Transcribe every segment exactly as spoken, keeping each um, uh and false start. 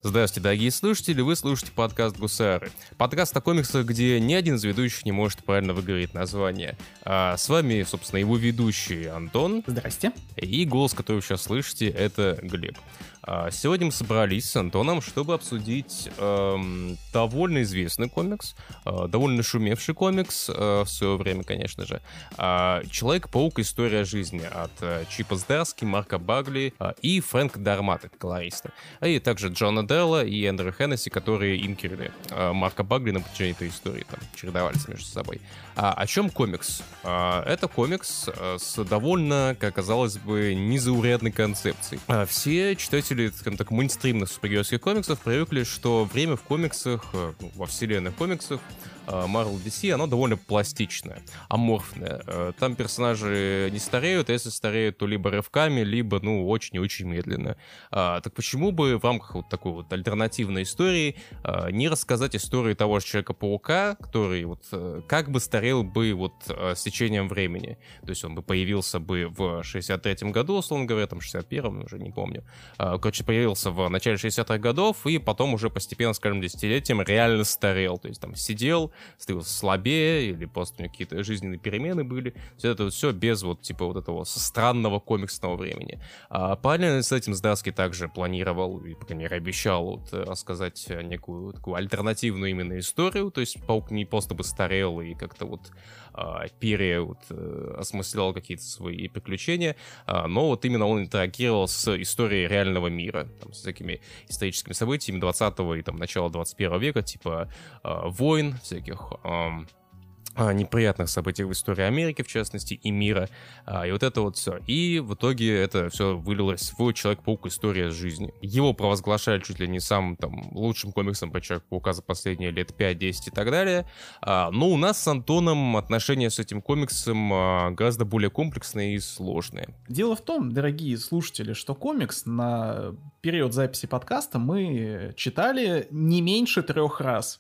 Здравствуйте, дорогие слушатели, вы слушаете подкаст «Гусары». Подкаст о комиксах, где ни один из ведущих не может правильно выговорить название. А с вами, собственно, его ведущий Антон. Здрасте. И голос, который вы сейчас слышите, это Глеб. А сегодня мы собрались с Антоном, чтобы обсудить эм, довольно известный комикс, э, довольно шумевший комикс э, в свое время, конечно же. Э, «Человек-паук. История жизни» от э, Чипа Здарски, Марка Багли э, и Фрэнка Дармата, колориста. И также Джона Делла и Эндрю Хеннесси, которые инкерили э, Марка Багли на протяжении этой истории, там, чередовались между собой. А о чем комикс? Э, это комикс э, с довольно, как казалось бы, незаурядной концепцией. Э, все читатели, скажем так, мейнстримных супергеройских комиксов привыкли, что время в комиксах, э, во вселенных комиксах Marvel ди си, оно довольно пластичное, аморфное. Там персонажи не стареют, а если стареют, то либо рывками, либо, ну, очень и очень медленно. А, так почему бы в рамках вот такой вот альтернативной истории а, не рассказать историю того же Человека-паука, который вот как бы старел бы вот с течением времени. То есть он бы появился бы в шестьдесят третьем году, условно говоря, там шестьдесят первом, уже не помню. А, короче, появился в начале шестидесятых годов и потом уже постепенно, скажем, десятилетием реально старел. То есть там сидел, становился слабее, или просто у него какие-то жизненные перемены были. Все это вот все без вот типа вот этого странного комиксного времени. А параллельно с этим Здарский также планировал, и, по крайней мере, обещал вот рассказать некую такую альтернативную именно историю. То есть паук не просто бы старел и как-то вот а, пере вот, а, осмыслял какие-то свои приключения, а, но вот именно он интерагировал с историей реального мира, там, с такими историческими событиями двадцатого и там начала двадцать первого века, типа а, войн, всяких Um, неприятных событий в истории Америки, в частности, и мира. И вот это вот все. И в итоге это все вылилось в Человек-паук. История жизни. Его провозглашали чуть ли не самым там лучшим комиксом про Человека-паука за последние лет пять-десять и так далее. Но у нас с Антоном отношения с этим комиксом гораздо более комплексные и сложные. Дело в том, дорогие слушатели, что комикс на период записи подкаста мы читали не меньше трех раз.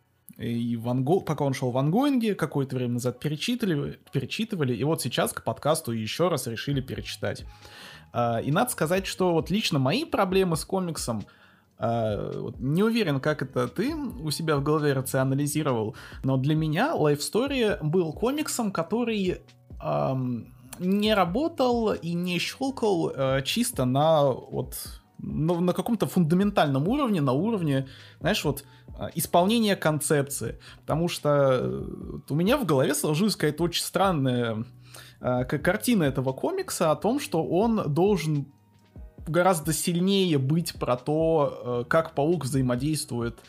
И в анго... пока он шел в ангоинге, какое-то время назад перечитывали, перечитывали, и вот сейчас к подкасту еще раз решили перечитать. И надо сказать, что вот лично мои проблемы с комиксом, не уверен, как это ты у себя в голове рационализировал, но для меня Life Story был комиксом, который эм, не работал и не щелкал э, чисто на вот... Но на каком-то фундаментальном уровне, на уровне, знаешь, вот исполнения концепции. Потому что у меня в голове сложилась какая-то очень странная картина этого комикса о том, что он должен гораздо сильнее быть про то, как паук взаимодействует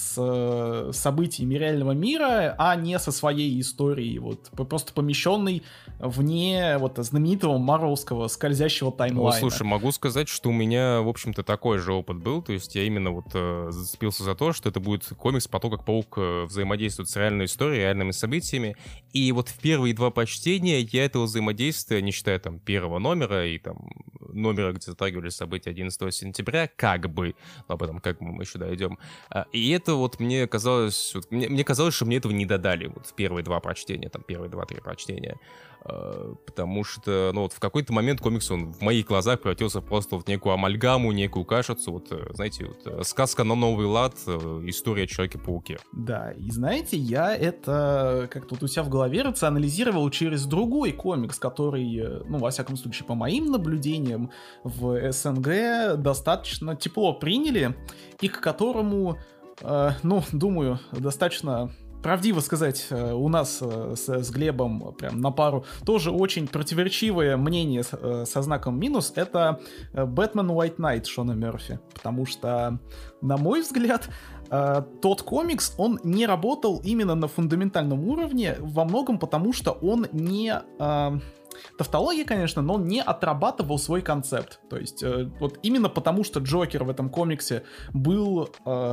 с событиями реального мира, а не со своей историей, вот, просто помещенной вне вот знаменитого марвелского скользящего таймлайна. Ну, слушай, могу сказать, что у меня, в общем-то, такой же опыт был, то есть я именно вот э, зацепился за то, что это будет комикс про то, как паук э, взаимодействует с реальной историей, реальными событиями, и вот в первые два прочтения я этого взаимодействия, не считая там первого номера и там номера, где затрагивались события одиннадцатого сентября, как бы, но об этом как бы мы еще дойдем, и это вот мне казалось, вот, мне, мне казалось, что мне этого не додали вот в первые два прочтения, там первые два-три прочтения, потому что, ну вот в какой-то момент комикс, он в моих глазах превратился просто в некую амальгаму, некую кашицу, вот, знаете, вот, сказка на новый лад, история о Человеке-пауке. Да, и знаете, я это как-то вот у себя в голове рационализировал через другой комикс, который, ну, во всяком случае, по моим наблюдениям, в СНГ достаточно тепло приняли, и к которому, э, ну, думаю, достаточно... Правдиво сказать, у нас с, с Глебом прям на пару тоже очень противоречивое мнение со знаком минус. Это «Бэтмен White Knight» Шона Мерфи. Потому что, на мой взгляд, тот комикс, он не работал именно на фундаментальном уровне, во многом потому, что он не... Тавтология, конечно, но он не отрабатывал свой концепт. То есть, вот именно потому, что Джокер в этом комиксе был...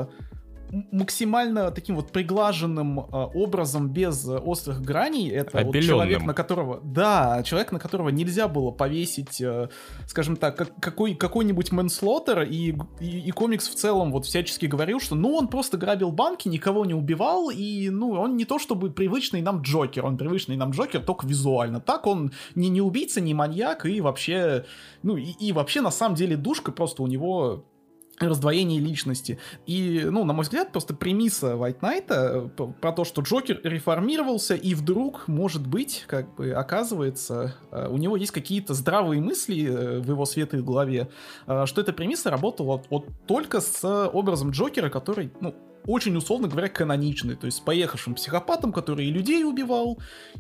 максимально таким вот приглаженным э, образом, без э, острых граней. Это вот человек, на которого... Да, человек, на которого нельзя было повесить, э, скажем так, как, какой, какой-нибудь мэнслоттер, и, и, и комикс в целом вот всячески говорил, что ну он просто грабил банки, никого не убивал, и ну он не то чтобы привычный нам Джокер, он привычный нам Джокер только визуально. Так он не, не убийца, не маньяк, и вообще... Ну и, и вообще на самом деле душка просто у него... раздвоение личности. И, ну, на мой взгляд, просто премиса White Knight про то, что Джокер реформировался, и вдруг, может быть, как бы оказывается, у него есть какие-то здравые мысли в его светлой голове, что эта премиса работала вот, вот только с образом Джокера, который, ну, очень, условно говоря, каноничный, то есть с поехавшим психопатом, который и людей убивал,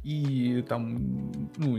и там, ну,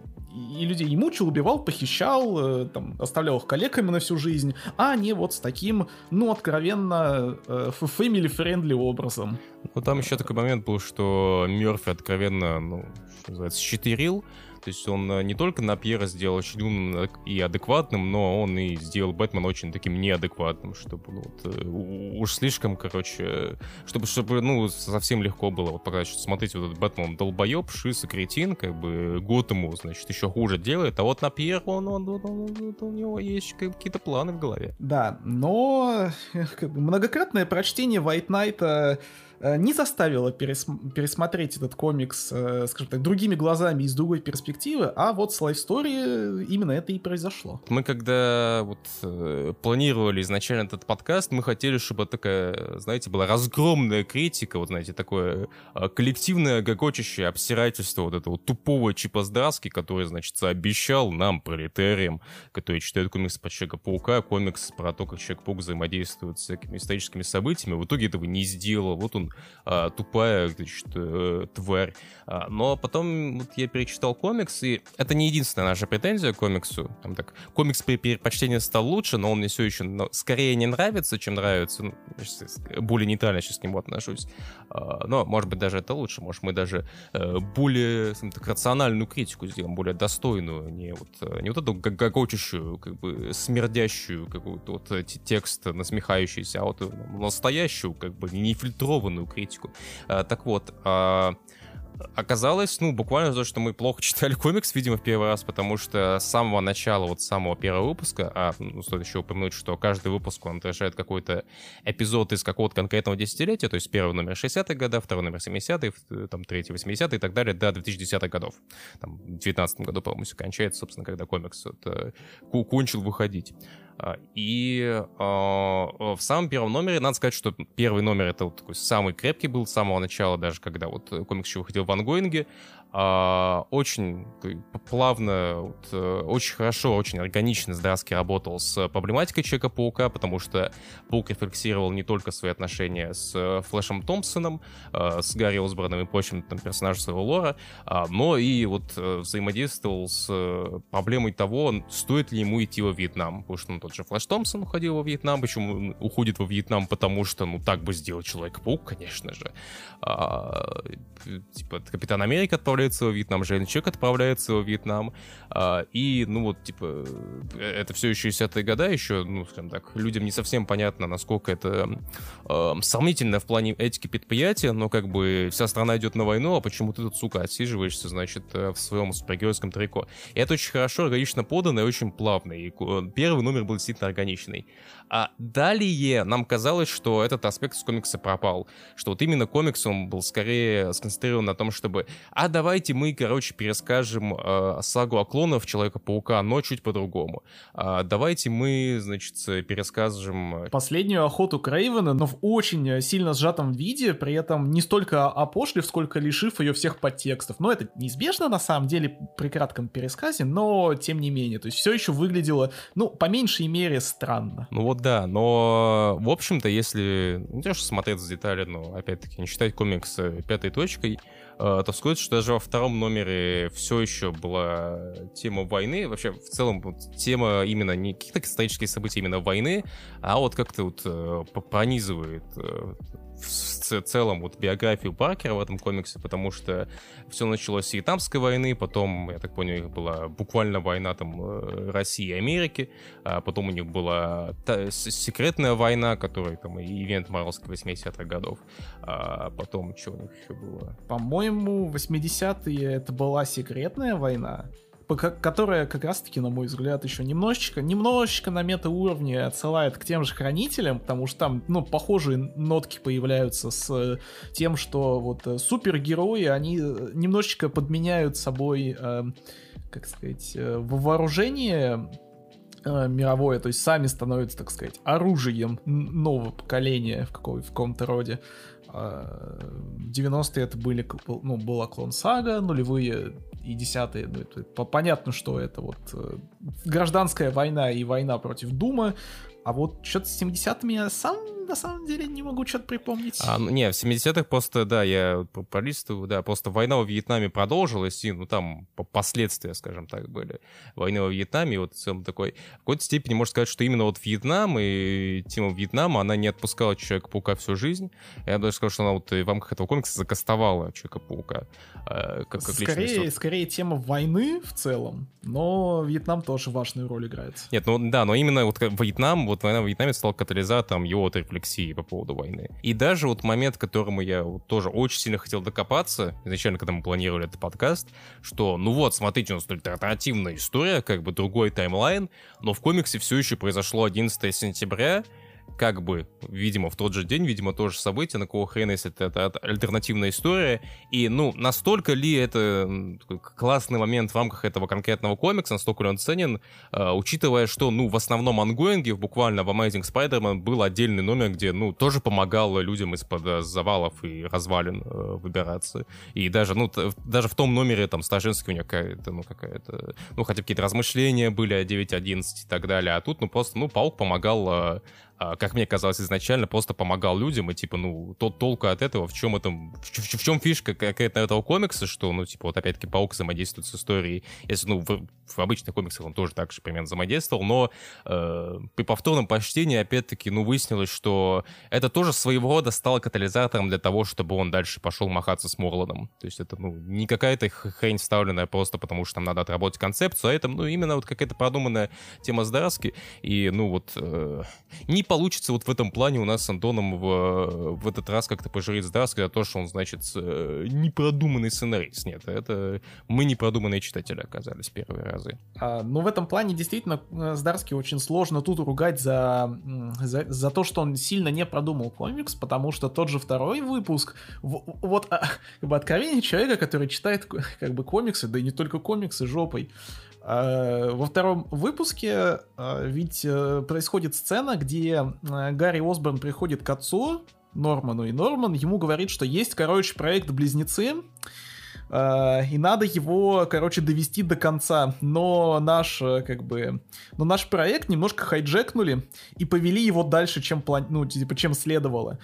и людей и мучил, убивал, похищал, там, оставлял их калеками на всю жизнь, а не вот с таким, ну, откровенно family-friendly образом. Ну, там еще такой момент был, что Мёрфи откровенно, ну, что называется, щитерил. То есть он не только на Пьера сделал очень умным и адекватным, но он и сделал Бэтмена очень таким неадекватным, чтобы, ну, вот, уж слишком, короче, чтобы, чтобы, ну, совсем легко было. Вот пока, смотрите, вот этот Бэтмен долбоеб, шиз и кретин, как бы Готэму, значит, еще хуже делает, а вот на Пьера он, он, он, он, он, у него есть какие-то планы в голове. Да, но как бы, многократное прочтение White Knight не заставило пересм- пересмотреть этот комикс, э, скажем так, другими глазами и с другой перспективы, а вот с Life Story именно это и произошло. Мы когда вот э, планировали изначально этот подкаст, мы хотели, чтобы такая, знаете, была разгромная критика, вот, знаете, такое э, коллективное гогочащее обсирательство вот этого тупого Чипа Здаровски, который, значит, обещал нам, пролетариям, которые читают комиксы про Человека-паука, комикс про то, как Человек-паук взаимодействует с всякими историческими событиями, в итоге этого не сделал. Вот он А, тупая, значит, э, тварь. А, но потом вот я перечитал комикс, и это не единственная наша претензия к комиксу. Там так, комикс при перепочтении стал лучше, но он мне все еще, ну, скорее не нравится, чем нравится. Ну, более нейтрально сейчас к нему отношусь. А, но, может быть, даже это лучше. Может, мы даже э, более, так, рациональную критику сделаем, более достойную. Не вот, не вот эту гогочущую, как бы смердящую какую-то вот текст насмехающийся, а вот настоящую, как бы нефильтрованную критику. А, так вот, а, оказалось, ну, буквально то, что мы плохо читали комикс, видимо, в первый раз, потому что с самого начала, вот с самого первого выпуска, а, ну, стоит еще упомянуть, что каждый выпуск, он отражает какой-то эпизод из какого-то конкретного десятилетия, то есть первый номер шестидесятых годов, второй номер семидесятых, там, третий восьмидесятые и так далее, до две тысячи десятых годов. Там, в девятнадцатом году, по-моему, все кончается, собственно, когда комикс вот, кончил выходить. И э, в самом первом номере, надо сказать, что первый номер это вот такой самый крепкий был с самого начала, даже когда вот комикс еще выходил в ангоинге. Э, очень плавно, вот, очень хорошо, очень органично Здаровский работал с проблематикой Человека-паука, потому что Паук рефлексировал не только свои отношения с Флэшем Томпсоном, э, с Гарри Осборном и прочим там, персонажем своего лора, э, но и вот взаимодействовал с проблемой того, стоит ли ему идти во Вьетнам, потому что, ну, тот же Флэш Томпсон уходил во Вьетнам, почему уходит во Вьетнам, потому что, ну, так бы сделал Человек-паук, конечно же. А, типа, Капитан Америка отправляется во Вьетнам, Железный Человек отправляется во Вьетнам, а, и, ну, вот, типа, это все еще десятые года, еще, ну, скажем так, людям не совсем понятно, насколько это а, сомнительно в плане этики предприятия, но, как бы, вся страна идет на войну, а почему ты тут, сука, отсиживаешься, значит, в своем супергеройском трико. И это очень хорошо, органично подано и очень плавно, и первый номер был действительно органичный. А далее нам казалось, что этот аспект из комикса пропал. Что вот именно комикс, он был скорее сконцентрирован на том, чтобы а давайте мы, короче, перескажем э, сагу о клонах Человека-паука, но чуть по-другому. А давайте мы, значит, перескажем... Последнюю охоту Крейвена, но в очень сильно сжатом виде, при этом не столько опошлив, сколько лишив ее всех подтекстов. Но это неизбежно, на самом деле, при кратком пересказе, но тем не менее. То есть все еще выглядело, ну, по меньшей мере, странно. Ну вот да, но, в общем-то, если не то, что смотреть с детали, но, опять-таки, не считать комикс пятой точкой, то сказать, что даже во втором номере все еще была тема войны, вообще, в целом, вот, тема именно не каких-то исторических событий, именно войны, а вот как-то вот пронизывает в целом вот биографию Паркера в этом комиксе, потому что все началось с Вьетнамской войны, потом, я так понял, у них была буквально война там России и Америки, а потом у них была та, секретная война, которая там ивент Марвелских восьмидесятых годов, а потом что у них еще было? По-моему, восьмидесятые это была секретная война, которая как раз-таки, на мой взгляд, еще немножечко, немножечко на метауровне отсылает к тем же Хранителям, потому что там, ну, похожие нотки появляются с тем, что вот супергерои, они немножечко подменяют собой, э, как сказать, э, вооружение э, мировое, то есть сами становятся, так сказать, оружием нового поколения в, какой, в каком-то роде. В девяностые это были, ну, была Клон Сага, нулевые и десятые, ну, это понятно, что это вот гражданская война и война против Дума, а вот что-то с семидесятыми я сам, на самом деле, не могу что-то припомнить. А, ну, не, в семидесятых просто, да, я пролистываю, да, просто война во Вьетнаме продолжилась, и, ну, там последствия, скажем так, были. Войны во Вьетнаме, и вот в целом такой, в какой-то степени можно сказать, что именно вот Вьетнам и тема Вьетнама, она не отпускала Человека-паука всю жизнь. Я бы даже сказал, что она вот в рамках этого комикса закастовала Человека-паука. Как, как скорее, скорее тема войны в целом, но Вьетнам тоже важную роль играет. Нет, ну да, но именно вот Вьетнам, вот война в Вьетнаме стала катализатором его вот рефлексии по поводу войны. И даже вот момент, к которому я вот тоже очень сильно хотел докопаться, изначально, когда мы планировали этот подкаст, что, ну вот, смотрите, у нас тут альтернативная история, как бы другой таймлайн, но в комиксе все еще произошло одиннадцатого сентября, как бы, видимо, в тот же день, видимо, то же событие, на какого хрена, если это, это альтернативная история, и, ну, настолько ли это классный момент в рамках этого конкретного комикса, настолько ли он ценен, э, учитывая, что, ну, в основном ангоинге, буквально в Amazing Spider-Man был отдельный номер, где, ну, тоже помогал людям из-под завалов и развалин э, выбираться, и даже, ну, т- даже в том номере, там, Стажинский у него какая-то, ну, какая-то, ну, хотя бы какие-то размышления были о девять одиннадцать и так далее, а тут, ну, просто, ну, Паук помогал... Э, как мне казалось изначально, просто помогал людям, и, типа, ну, тот толку от этого, в чем это, в, в, в чем фишка какая-то этого комикса, что, ну, типа, вот опять-таки Паук взаимодействует с историей, если, ну, в, в обычных комиксах он тоже так же примерно взаимодействовал, но э, при повторном прочтении, опять-таки, ну, выяснилось, что это тоже своего рода стало катализатором для того, чтобы он дальше пошел махаться с Морланом, то есть это, ну, не какая-то хрень вставленная просто потому, что там надо отработать концепцию, а это, ну, именно вот какая-то продуманная тема с Дарски, и, ну, вот, э, не получится вот в этом плане у нас с Антоном в, в этот раз как-то пожурить Здарски за то, что он, значит, непродуманный сценарист. Нет, это мы непродуманные читатели оказались первые разы. А, ну, в этом плане действительно Здарски очень сложно тут ругать за, за, за то, что он сильно не продумал комикс, потому что тот же второй выпуск, в, вот как бы откровение человека, который читает как бы комиксы, да и не только комиксы, жопой. Во втором выпуске ведь происходит сцена, где Гарри Осборн приходит к отцу Норману, и Норман ему говорит, что есть, короче, проект «Близнецы», и надо его, короче, довести до конца, но наш, как бы, но наш проект немножко хайджекнули и повели его дальше, чем, план... ну, типа, чем следовало.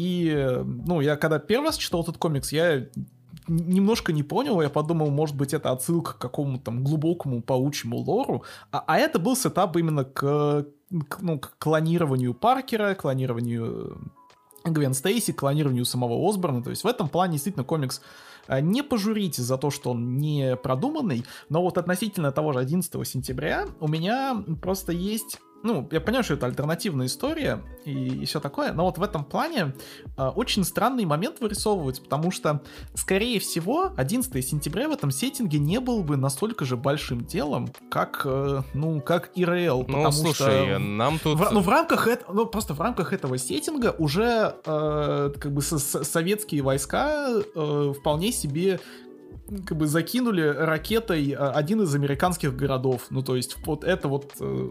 И, ну, я когда первый раз читал этот комикс, я немножко не понял, я подумал, может быть, это отсылка к какому-то там глубокому паучьему лору, а, а это был сетап именно к, к, ну, к клонированию Паркера, клонированию Гвен Стейси, клонированию самого Осборна, то есть в этом плане действительно комикс не пожурите за то, что он не продуманный, но вот относительно того же одиннадцатого сентября у меня просто есть... Ну, я понимаю, что это альтернативная история и, и все такое, но вот в этом плане э, очень странный момент вырисовывается, потому что, скорее всего, одиннадцатого сентября в этом сеттинге не был бы настолько же большим делом, как, э, ну, как ИРЛ. Ну, слушай, что нам тут... В, ну, в рамках это, ну, просто в рамках этого сеттинга уже э, как бы со- со- советские войска э, вполне себе... как бы закинули ракетой один из американских городов. Ну, то есть, вот это вот... Э,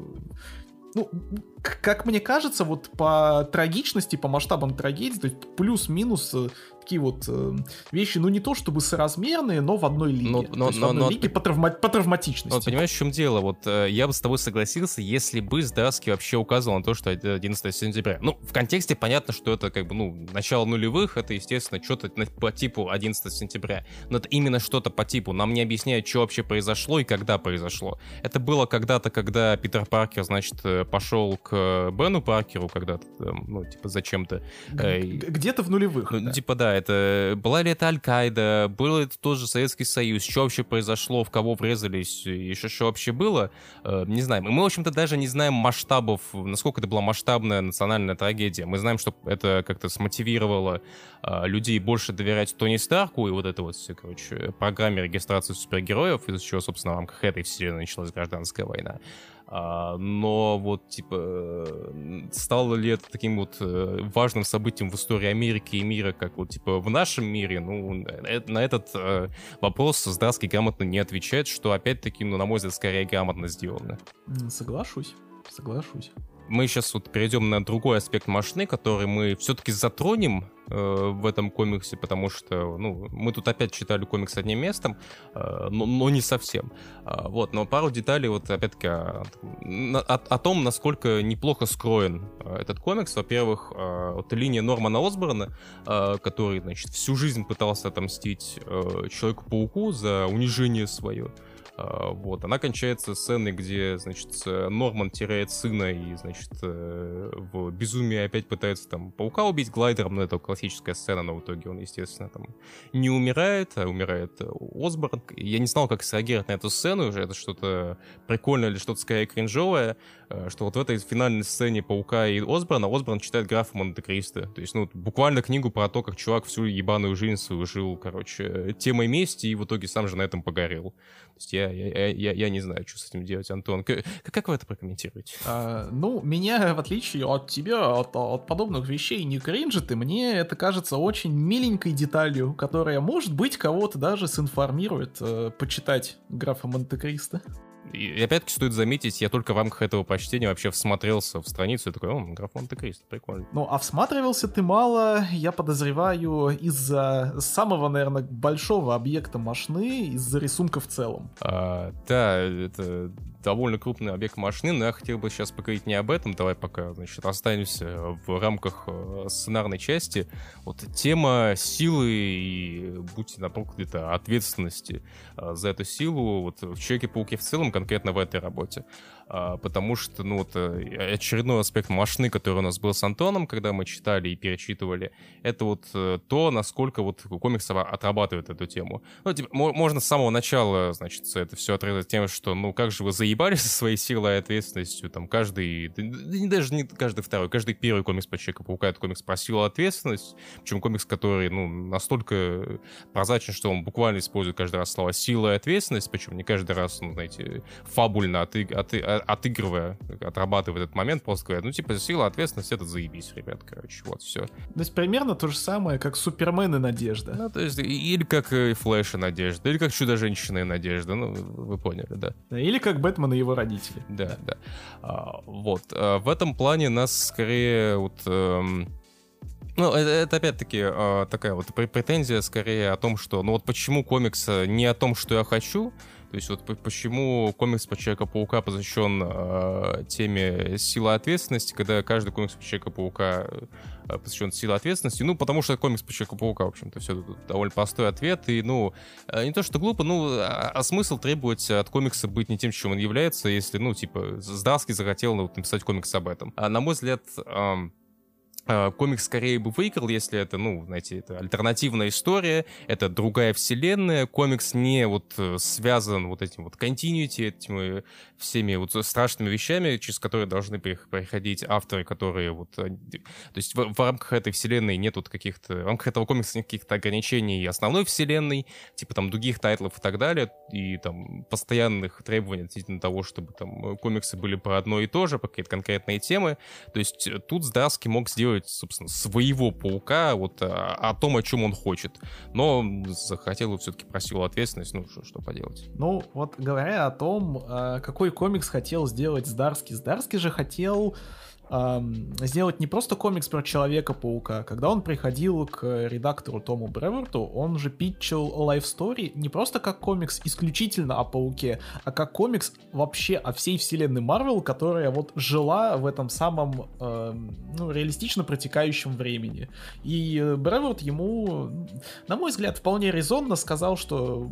ну, как мне кажется, вот по трагичности, по масштабам трагедии, то есть плюс-минус такие вот э, вещи, ну не то чтобы соразмерные, но в одной лиге. Но, но, то есть но, в одной но, лиге но, по, травма, по травматичности. Но, понимаешь, в чем дело? Вот э, я бы с тобой согласился, если бы Здарский вообще указывал на то, что это одиннадцатого сентября. Ну, в контексте понятно, что это как бы, ну, начало нулевых, это, естественно, что-то по типу одиннадцатого сентября. Но это именно что-то по типу. Нам не объясняют, что вообще произошло и когда произошло. Это было когда-то, когда Питер Паркер, значит, пошел к Бену Паркеру когда-то, ну, типа, зачем-то. Где-то в нулевых. Ну, да. типа, да, это... Была ли это Аль-Каида, был ли это тот же Советский Союз, что вообще произошло, в кого врезались, и что, что вообще было, э, не знаем. И мы, в общем-то, даже не знаем масштабов, насколько это была масштабная национальная трагедия. Мы знаем, что это как-то смотивировало э, людей больше доверять Тони Старку и вот это вот, короче, программе регистрации супергероев, из-за чего, собственно, в рамках этой вселенной началась гражданская война. А, но вот, типа, стало ли это таким вот важным событием в истории Америки и мира, как вот, типа, в нашем мире? Ну, на этот э, вопрос Здарский грамотно не отвечает, что, опять-таки, ну, на мой взгляд, скорее грамотно сделано. Соглашусь, соглашусь. Мы сейчас вот перейдем на другой аспект машины, который мы все-таки затронем э, в этом комиксе, потому что, ну, мы тут опять читали комикс одним местом, э, но, но не совсем. Э, вот, но пару деталей вот опять-таки о, о, о том, насколько неплохо скроен э, этот комикс. Во-первых, э, вот линия Нормана Осборна, э, который, значит, всю жизнь пытался отомстить э, Человеку-пауку за унижение свое. Uh, вот, она кончается сценой, где, значит, Норман теряет сына и, значит, в безумии опять пытается там паука убить глайдером, но это классическая сцена, но в итоге он, естественно, там не умирает, а умирает Осборн. Я не знал, как среагировать на эту сцену, уже это что-то прикольное или что-то скорее кринжовое, что вот в этой финальной сцене паука и Осборна Осборн читает графа Монте-Кристо. То есть, ну, буквально книгу про то, как чувак всю ебаную жизнь свою жил, короче, темой мести и в итоге сам же на этом погорел. То есть я, я, я, я не знаю, что с этим делать, Антон. Как, как вы это прокомментируете? А, ну, меня, в отличие от тебя, от, от подобных вещей не кринжит, и мне это кажется очень миленькой деталью, которая, может быть, кого-то даже синформирует э, почитать графа Монте-Кристо. И опять-таки стоит заметить, я только в рамках этого прочтения вообще всмотрелся в страницу и такой, о, граф Монте-Кристо, прикольно. Ну, а всматривался ты мало, я подозреваю, из-за самого, наверное, большого объекта машины, из-за рисунка в целом. А, да, это довольно крупный объект машины, но я хотел бы сейчас поговорить не об этом, давай пока, значит, останемся в рамках сценарной части. Вот тема силы и, будьте напрокляты, ответственности за эту силу вот в Человеке-пауке в целом, конкретно в этой работе. А, потому что, ну, вот очередной аспект машины, который у нас был с Антоном, когда мы читали и перечитывали, это вот то, насколько вот комикс отрабатывает эту тему. Ну, типа, можно с самого начала, значит, это все отрезать тем, что, ну, как же вы заебались со своей силой и ответственностью, там, каждый, даже не каждый второй, каждый первый комикс по Человеку-паука — это комикс про силу и ответственность, причем комикс, который, ну, настолько прозрачен, что он буквально использует каждый раз слова сила и ответственность, причем не каждый раз, ну, знаете, фабульно оты, оты, отыгрывая, отрабатывая этот момент, просто говорят, ну, типа, сила, ответственность — это заебись, ребят, короче, вот, все. То есть примерно то же самое, как Супермен и Надежда. Ну, то есть, или как Флэш и Надежда, или как Чудо-женщина и Надежда, ну, вы поняли, да. Или как Бэтмен и его родители. Да, да. А, вот, а, в этом плане нас скорее вот... Эм... Ну, это, это опять-таки э, такая вот претензия скорее о том, что, ну вот почему комикс не о том, что я хочу, то есть вот почему комикс по Человека-паука посвящен э, теме силы ответственности, когда каждый комикс по Человека-паука э, посвящен силе ответственности, ну, потому что комикс по Человеку-паука, в общем-то, все довольно простой ответ, и, ну, не то что глупо, ну, а, а смысл требовать от комикса быть не тем, чем он является, если, ну, типа, Здарский захотел, ну, написать комикс об этом. А, на мой взгляд, э, комикс скорее бы выиграл, если это, ну, знаете, это альтернативная история, это другая вселенная, комикс не вот связан вот этим вот continuity, этими всеми вот страшными вещами, через которые должны проходить авторы, которые вот... То есть в, в рамках этой вселенной нет вот каких-то... В рамках этого комикса нет каких-то ограничений основной вселенной, типа там других тайтлов и так далее, и там постоянных требований относительно того, чтобы там комиксы были про одно и то же, по какие-то конкретные темы. То есть тут Здарский мог сделать, собственно, своего паука, вот о, о том, о чем он хочет. Но захотел все-таки про силу ответственность, ну, что, что поделать. Ну, вот говоря о том, какой комикс хотел сделать Здарский. Здарский же хотел эм, сделать не просто комикс про Человека-паука. Когда он приходил к редактору Тому Бреверту, он же питчил Life Story не просто как комикс исключительно о пауке, а как комикс вообще о всей вселенной Марвел, которая вот жила в этом самом эм, ну, реалистично протекающем времени. И Бреверт ему, на мой взгляд, вполне резонно сказал, что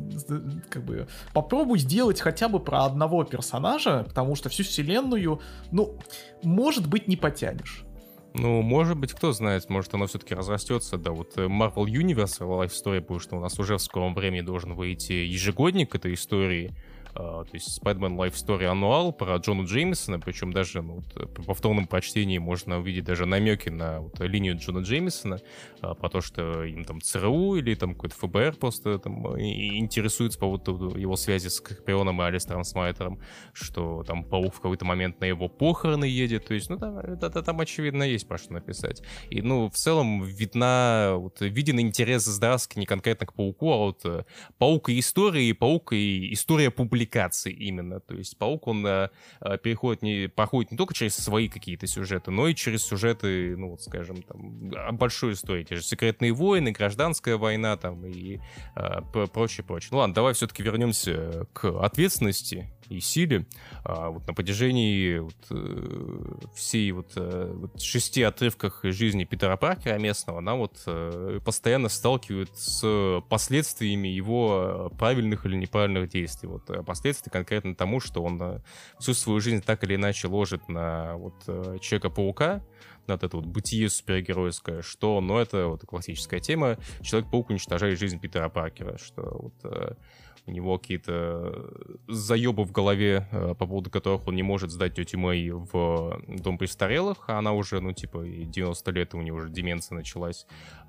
как бы попробуй сделать хотя бы про одного персонажа, потому что всю вселенную, ну, может быть, не потянешь. Ну, может быть, кто знает, может оно все-таки разрастется, да, вот Marvel Universe Life Story, потому что у нас уже в скором времени должен выйти ежегодник этой истории, Uh, то есть Spider-Man Life Story Annual про Джона Джеймисона, причем даже ну, вот, при повторном прочтении можно увидеть даже намеки на вот, линию Джона Джеймисона, uh, про то, что им там ЦРУ или там какой-то ФБР просто там интересуется по поводу его связи с Скорпионом и Алистером Смайтером, что там Паук в какой-то момент на его похороны едет, то есть, ну, там, это, это, там очевидно есть про что написать. И, ну, в целом видна, вот, виден интерес Здаровски не конкретно к Пауку, а вот uh, Паук и история, и Паук и история публикации именно. То есть Паук, он а, переходит не, проходит не только через свои какие-то сюжеты, но и через сюжеты, ну, вот, скажем, там, большой истории. Те же «Секретные войны», «Гражданская война», там, и а, прочее, прочее. Ну ладно, давай все-таки вернемся к ответственности и силе. А, вот на протяжении вот, э, всей вот, э, вот шести отрывках жизни Питера Паркера местного нам вот э, постоянно сталкивают с последствиями его правильных или неправильных действий. Вот последствия конкретно тому, что он э, всю свою жизнь так или иначе ложит на вот, э, Человека-паука, на вот это вот бытие супергеройское, что, ну, это вот классическая тема. Человек-паук уничтожает жизнь Питера Паркера, что вот э, у него какие-то заебы в голове, по поводу которых он не может сдать тете Мэй в дом престарелых, а она уже, ну, типа, девяносто лет, и у него уже деменция началась,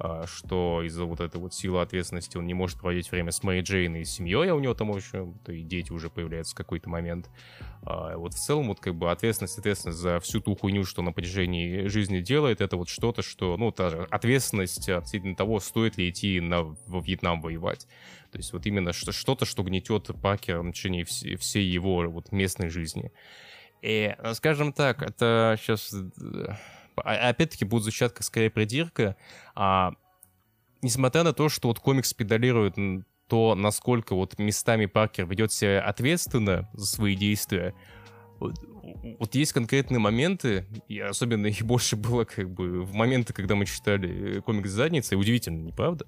что из-за вот этой вот силы ответственности он не может проводить время с Мэри Джейн и с семьей, а у него там, в общем, то и дети уже появляются в какой-то момент. Вот в целом, вот как бы ответственность, ответственность за всю ту хуйню, что на протяжении жизни делает, это вот что-то, что, ну, та же ответственность относительно того, стоит ли идти на, во Вьетнам воевать. То есть вот именно что-то, что гнетет Паркера в течение вс- всей его вот местной жизни. И, скажем так, это сейчас опять-таки будет звучать как скорее придирка. А, несмотря на то, что вот комикс педалирует то, насколько вот местами Паркер ведет себя ответственно за свои действия, вот, вот есть конкретные моменты, и особенно их больше было как бы в моменты, когда мы читали комикс «Задница», и удивительно, не правда?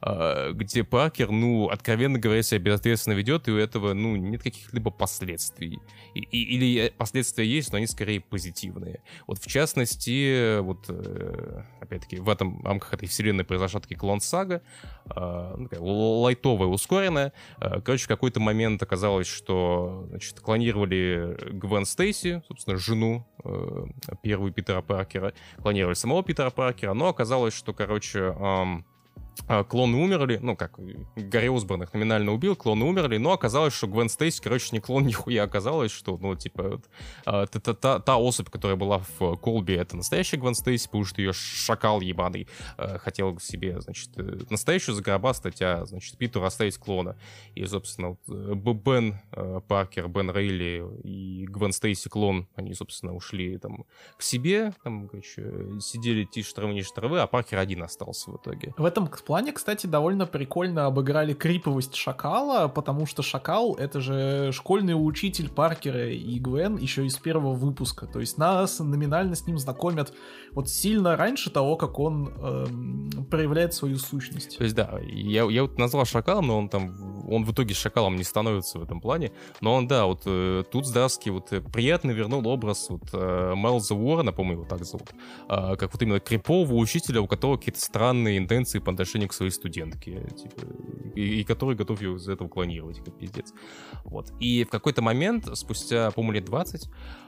А, где Паркер, ну, откровенно говоря, себя безответственно ведет, и у этого, ну, нет каких-либо последствий. И, и, или последствия есть, но они скорее позитивные. Вот в частности, вот, опять-таки, в этом в рамках этой вселенной произошла таки клон-сага, а, ну, такая лайтовая, ускоренная. А, короче, в какой-то момент оказалось, что, значит, клонировали Гвен Стейси, собственно, жену э, первую Питера Паркера, клонировали самого Питера Паркера, но оказалось, что, короче, эм, клоны умерли, ну, как Гарри Осборн их номинально убил, клоны умерли, но оказалось, что Гвен Стейси, короче, не клон нихуя, оказалось, что, ну, типа, вот, а, та, та, та, та особь, которая была в Колбе, это настоящая Гвен Стейси, потому что ее шакал ебаный а, хотел себе, значит, настоящую загробастать, а, значит, Питеру оставить клона. И, собственно, вот, Бен а, Паркер, Бен Рейли и Гвен Стейси клон, они, собственно, ушли там к себе, там, короче, сидели тише травы, ниже травы, а Паркер один остался в итоге. В этом плане, кстати, довольно прикольно обыграли криповость Шакала, потому что Шакал — это же школьный учитель Паркера и Гвен еще из первого выпуска. То есть нас номинально с ним знакомят вот сильно раньше того, как он эм, проявляет свою сущность. То есть, да, я, я вот назвал Шакалом, но он там, он в итоге Шакалом не становится в этом плане. Но он, да, вот э, тут Здаровский вот приятно вернул образ вот э, Майлза Уоррена, по-моему, его так зовут, э, как вот именно крипового учителя, у которого какие-то странные интенции по отношению к своей студентке, типа, и, и который готов ее из этого клонировать, как пиздец. Вот. И в какой-то момент, спустя, по-моему, лет двадцать,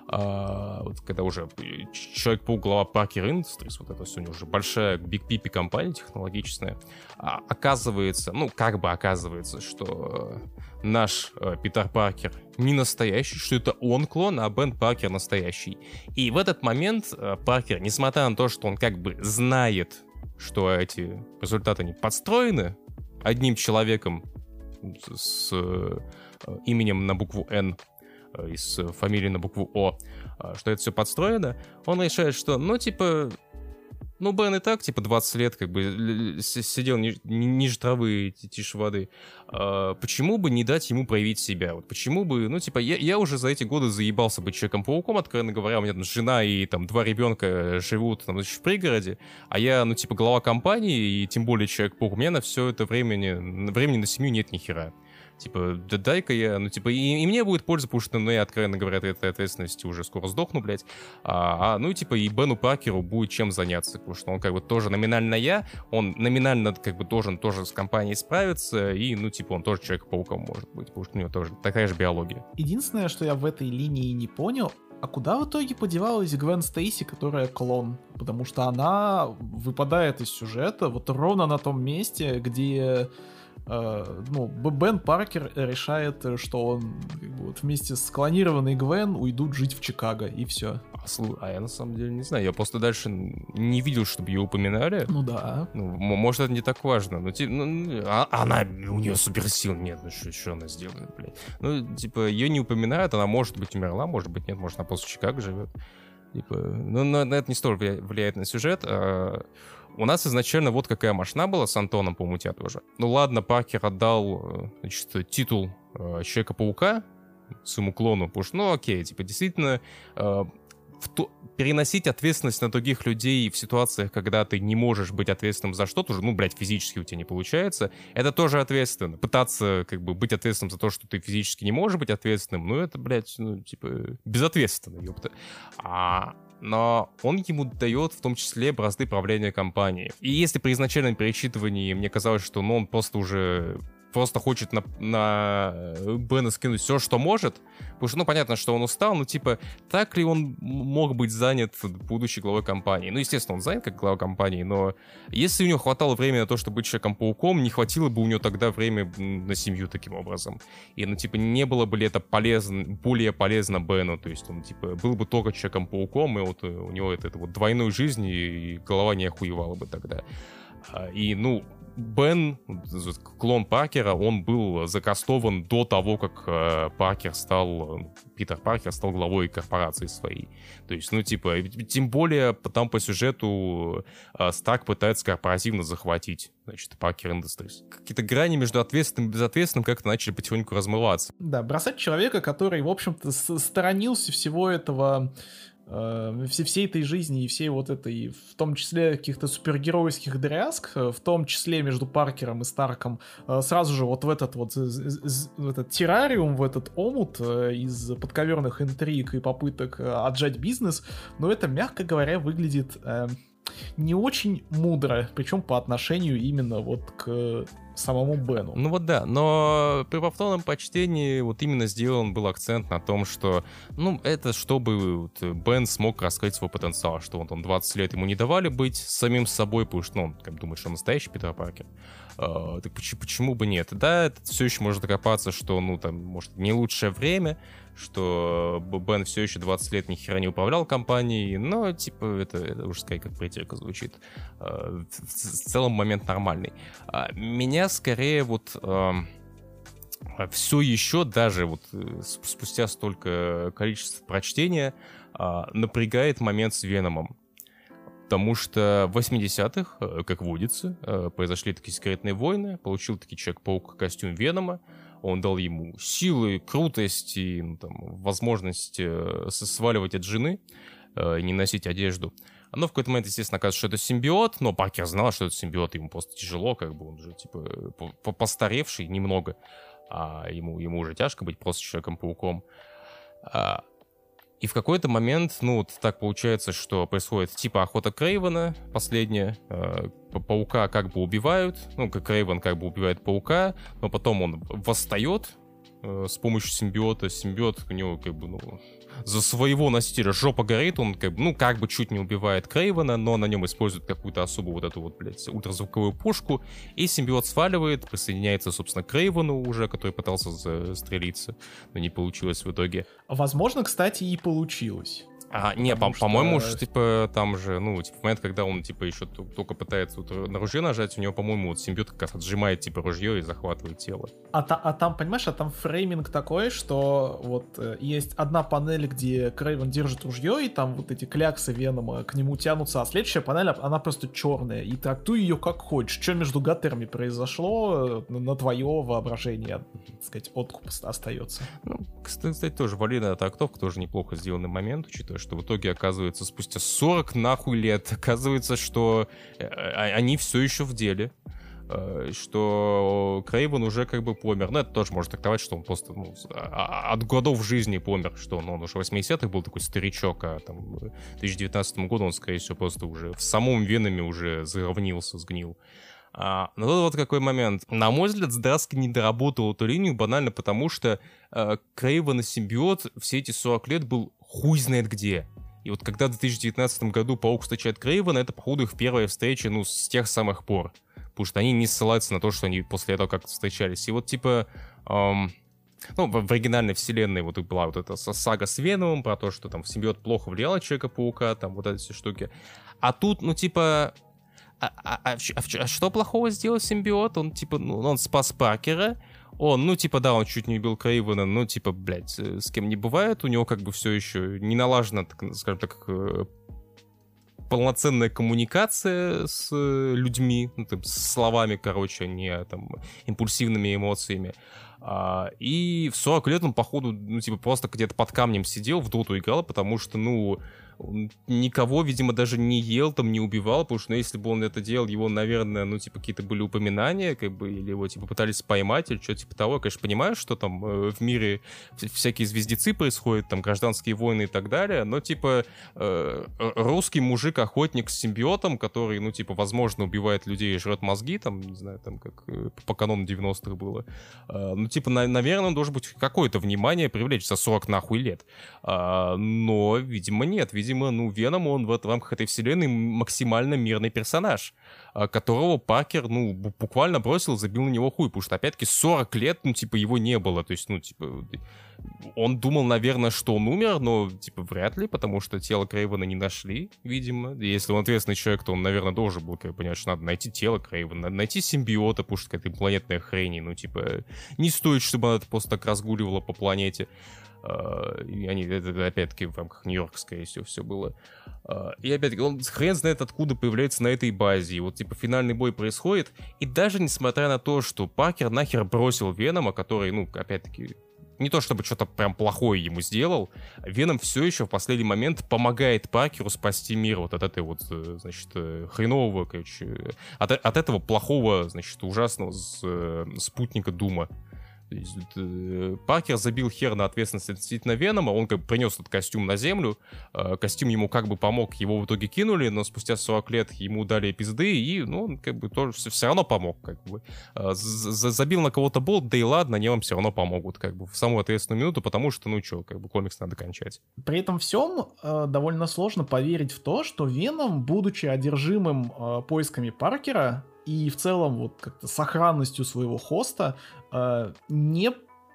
а, вот когда уже Человек-паук, глава Parker Industries, вот это все у него уже большая Big Pippi компания технологичная, а, оказывается, ну, как бы оказывается, что наш э, Питер Паркер не настоящий, что это он клон, а Бен Паркер настоящий. И в этот момент э, Паркер, несмотря на то, что он как бы знает, что эти результаты не подстроены одним человеком с, с э, именем на букву «Н» э, и с фамилией на букву «О», э, что это все подстроено, он решает, что, ну, типа, ну, Бен и так, типа, двадцать лет, как бы, сидел ни, ни, ниже травы, тише воды. А почему бы не дать ему проявить себя? Вот почему бы, ну, типа, я, я уже за эти годы заебался быть Человеком-пауком, откровенно говоря, у меня там жена и там два ребенка живут там, значит, в пригороде, а я, ну, типа, глава компании, и тем более Человек-паук, у меня на все это времени, времени на семью нет ни хера. Типа, да дай-ка я, ну, типа, и, и мне будет польза, потому что, ну, я, откровенно говоря, от этой ответственности уже скоро сдохну, блядь. А, а, ну, типа, и Бену Паркеру будет чем заняться, потому что он, как бы, тоже номинально я, он номинально, как бы, должен тоже с компанией справиться, и, ну, типа, он тоже Человек-пауком может быть, потому что у него тоже такая же биология. Единственное, что я в этой линии не понял, а куда в итоге подевалась Гвен Стейси, которая клон? Потому что она выпадает из сюжета вот ровно на том месте, где э, ну, Бен Паркер решает, что он как бы, вот, вместе с клонированной Гвен уйдут жить в Чикаго, и все. А, слу... а я на самом деле не знаю, я просто дальше не видел, чтобы ее упоминали. Ну да. Ну, может, это не так важно. Ну, типа, ну, а, она, у нее суперсил нет, ну что, что она сделает, блядь? Ну, типа, ее не упоминают, она может быть умерла, может быть нет, может она после Чикаго живет. Типа, ну, на, на это не столько влияет на сюжет. А... У нас изначально вот какая машина была с Антоном, по-моему, у тебя тоже. Ну ладно, Паркер отдал, значит, титул Человека-паука своему клону, потому что, ну окей, типа, действительно... В то, переносить ответственность на других людей в ситуациях, когда ты не можешь быть ответственным за что-то, уже, ну, блядь, физически у тебя не получается, это тоже ответственно. Пытаться, как бы, быть ответственным за то, что ты физически не можешь быть ответственным, ну, это, блядь, ну, типа, безответственно, ёпта. А... Но он ему дает в том числе бразды правления компанией. И если при изначальном перечитывании мне казалось, что ну, он просто уже... просто хочет на, на Бена скинуть все, что может, потому что, ну, понятно, что он устал, но, типа, так ли он мог быть занят будущей главой компании? Ну, естественно, он занят как глава компании, но если у него хватало времени на то, чтобы быть Человеком-пауком, не хватило бы у него тогда время на семью таким образом. И, ну, типа, не было бы ли это полезно, более полезно Бену, то есть он, типа, был бы только Человеком-пауком, и вот у него это, это вот двойной жизнь, и голова не охуевала бы тогда. И, ну, Бен, клон Паркера, он был закастован до того, как э, Паркер стал, Питер Паркер стал главой корпорации своей. То есть, ну, типа, тем более там по сюжету э, Старк пытается корпоративно захватить, значит, Паркер Industries. Какие-то грани между ответственным и безответственным как-то начали потихоньку размываться. Да, бросать человека, который, в общем-то, сторонился всего этого... Все, всей этой жизни и всей вот этой, в том числе каких-то супергеройских дрязг, в том числе между Паркером и Старком, сразу же вот в этот вот в этот террариум, в этот омут из подковерных интриг и попыток отжать бизнес, но это, мягко говоря, выглядит э, не очень мудро, причем по отношению именно вот к самому Бену. Ну вот да, но при повторном почтении вот именно сделан был акцент на том, что, ну, это чтобы вот Бен смог раскрыть свой потенциал, что вот он двадцать лет ему не давали быть самим собой, потому что, ну, он как думает, что он настоящий Питер Паркер. Uh, так почему, почему бы нет? Да, это все еще может докопаться, что, ну, там, может, не лучшее время, что Бен все еще двадцать лет ни хера не управлял компанией, но, типа, это, это уже, скорее, как притирка звучит. Uh, в, в целом момент нормальный. Uh, меня, скорее, вот... Uh, все еще, даже вот спустя столько количества прочтения, uh, напрягает момент с Веномом. Потому что в восьмидесятых, как водится, произошли такие секретные войны, получил таки Человек-паук костюм Венома, он дал ему силы, крутость и ну, там, возможность сваливать от жены и не носить одежду. Но в какой-то момент, естественно, оказывается, что это симбиот, но Паркер знал, что это симбиот, ему просто тяжело, как бы он же, типа, постаревший немного, а ему, ему уже тяжко быть просто Человеком-пауком. И в какой-то момент, ну, вот так получается, что происходит типа охота Крейвена, последняя. Э, паука как бы убивают, ну, как Крейвен как бы убивает паука, но потом он восстает э, с помощью симбиота. Симбиот у него как бы, ну, за своего носителя жопа горит, он как бы, ну, как бы чуть не убивает Крейвена, но на нем использует какую-то особую вот эту вот, блядь, ультразвуковую пушку, и симбиот сваливает, присоединяется, собственно, к Крейвену уже, который пытался застрелиться, но не получилось в итоге. Возможно, кстати, и получилось. А, не, по- что... по-моему, что, типа, там же, ну, типа, в момент, когда он, типа, еще только пытается вот на ружье нажать, у него, по-моему, вот симбиот как раз отжимает, типа, ружье и захватывает тело. А, та- а там, понимаешь, а там фрейминг такой, что вот э, есть одна панель, где Крейвен держит ружье, и там вот эти кляксы Венома к нему тянутся, а следующая панель, она просто черная, и трактуй ее как хочешь. Что между гаттерами произошло, на твое воображение, так сказать, откуп остается. Ну, кстати, тоже валидная трактовка, тоже неплохо сделанный момент, учитывая, что в итоге оказывается спустя сорок нахуй лет, оказывается, что они все еще в деле. что Крейвен уже как бы помер. Ну, это тоже можно трактовать, что он просто ну, от годов жизни помер, что он, он уже в восьмидесятых был такой старичок, а там в две тысячи девятнадцатом году он, скорее всего, просто уже в самом Веноме уже заровнился, сгнил. А, но тут вот какой момент. На мой взгляд, Здаровский не доработал эту линию банально потому, что э, Крейвен и симбиот все эти сорок лет был хуй знает где. И вот когда в две тысячи девятнадцатом году Паук встречает Крейвена, это, походу, их первая встреча, ну, с тех самых пор. Потому что они не ссылаются на то, что они после этого как-то встречались. И вот, типа... Эм, ну, в, в оригинальной вселенной вот была вот эта сага с Веномом про то, что там симбиот плохо влиял на Человека-паука, там вот эти все штуки. А тут, ну, типа... А, а, а, а, а что плохого сделал симбиот? Он, типа, ну, он спас Паркера. Он, ну, типа, да, он чуть не убил Крейвена, ну, типа, блядь, с кем не бывает. У него как бы все еще не налажена, так, скажем так, полноценная коммуникация с людьми, ну, там, с словами, короче, не там импульсивными эмоциями. А, и в сорок лет он, походу, ну, типа, просто где-то под камнем сидел, в доту играл, потому что, ну, он никого, видимо, даже не ел, там, не убивал, потому что, ну, если бы он это делал, его, наверное, ну, типа, какие-то были упоминания, как бы, или его, типа, пытались поймать, или что-то типа того. Я, конечно, понимаю, что там э, в мире всякие звездецы происходят, там, гражданские войны и так далее, но, типа, э, русский мужик-охотник с симбиотом, который, ну, типа, возможно, убивает людей и жрет мозги, там, не знаю, там, как э, по канону девяностых было, э, ну, типа, на, наверное, он должен быть какое-то внимание привлечь за сорок нахуй лет. А, но, видимо, нет. Видимо, ну, Веном, он в, в рамках этой вселенной максимально мирный персонаж, а, которого Паркер, ну, буквально бросил, забил на него хуй, потому что, опять-таки, сорок лет, ну, типа, его не было. То есть, ну, типа, он думал, наверное, что он умер, но, типа, вряд ли, потому что тело Крейвена не нашли, видимо. И если он ответственный человек, то он, наверное, должен был, как понять, что надо найти тело Крейвена, надо найти симбиота, потому что какая-то инопланетная хрень, ну, типа, не стоит, чтобы она просто так разгуливала по планете. Uh, и они, это, опять-таки, в рамках Нью-Йорка, скорее всего, все было. Uh, и опять-таки, он хрен знает, откуда появляется на этой базе. И вот, типа, финальный бой происходит. И даже несмотря на то, что Паркер нахер бросил Венома, который, ну, опять-таки, не то чтобы что-то прям плохое ему сделал, Веном все еще в последний момент помогает Паркеру спасти мир вот от этой вот, значит, хренового, короче, от, от этого плохого, значит, ужасного спутника Дума. Паркер забил хер на ответственность относительно Венома, он как бы принес этот костюм на Землю, костюм ему как бы помог, его в итоге кинули, но спустя сорок лет ему дали пизды, и, ну, он как бы тоже все равно помог, как бы. Забил на кого-то болт, да и ладно, они вам все равно помогут, как бы, в самую ответственную минуту, потому что, ну, что, как бы, комикс надо кончать. При этом всем э, довольно сложно поверить в то, что Веном, будучи одержимым э, поисками Паркера, и в целом вот как-то сохранностью своего хоста э, не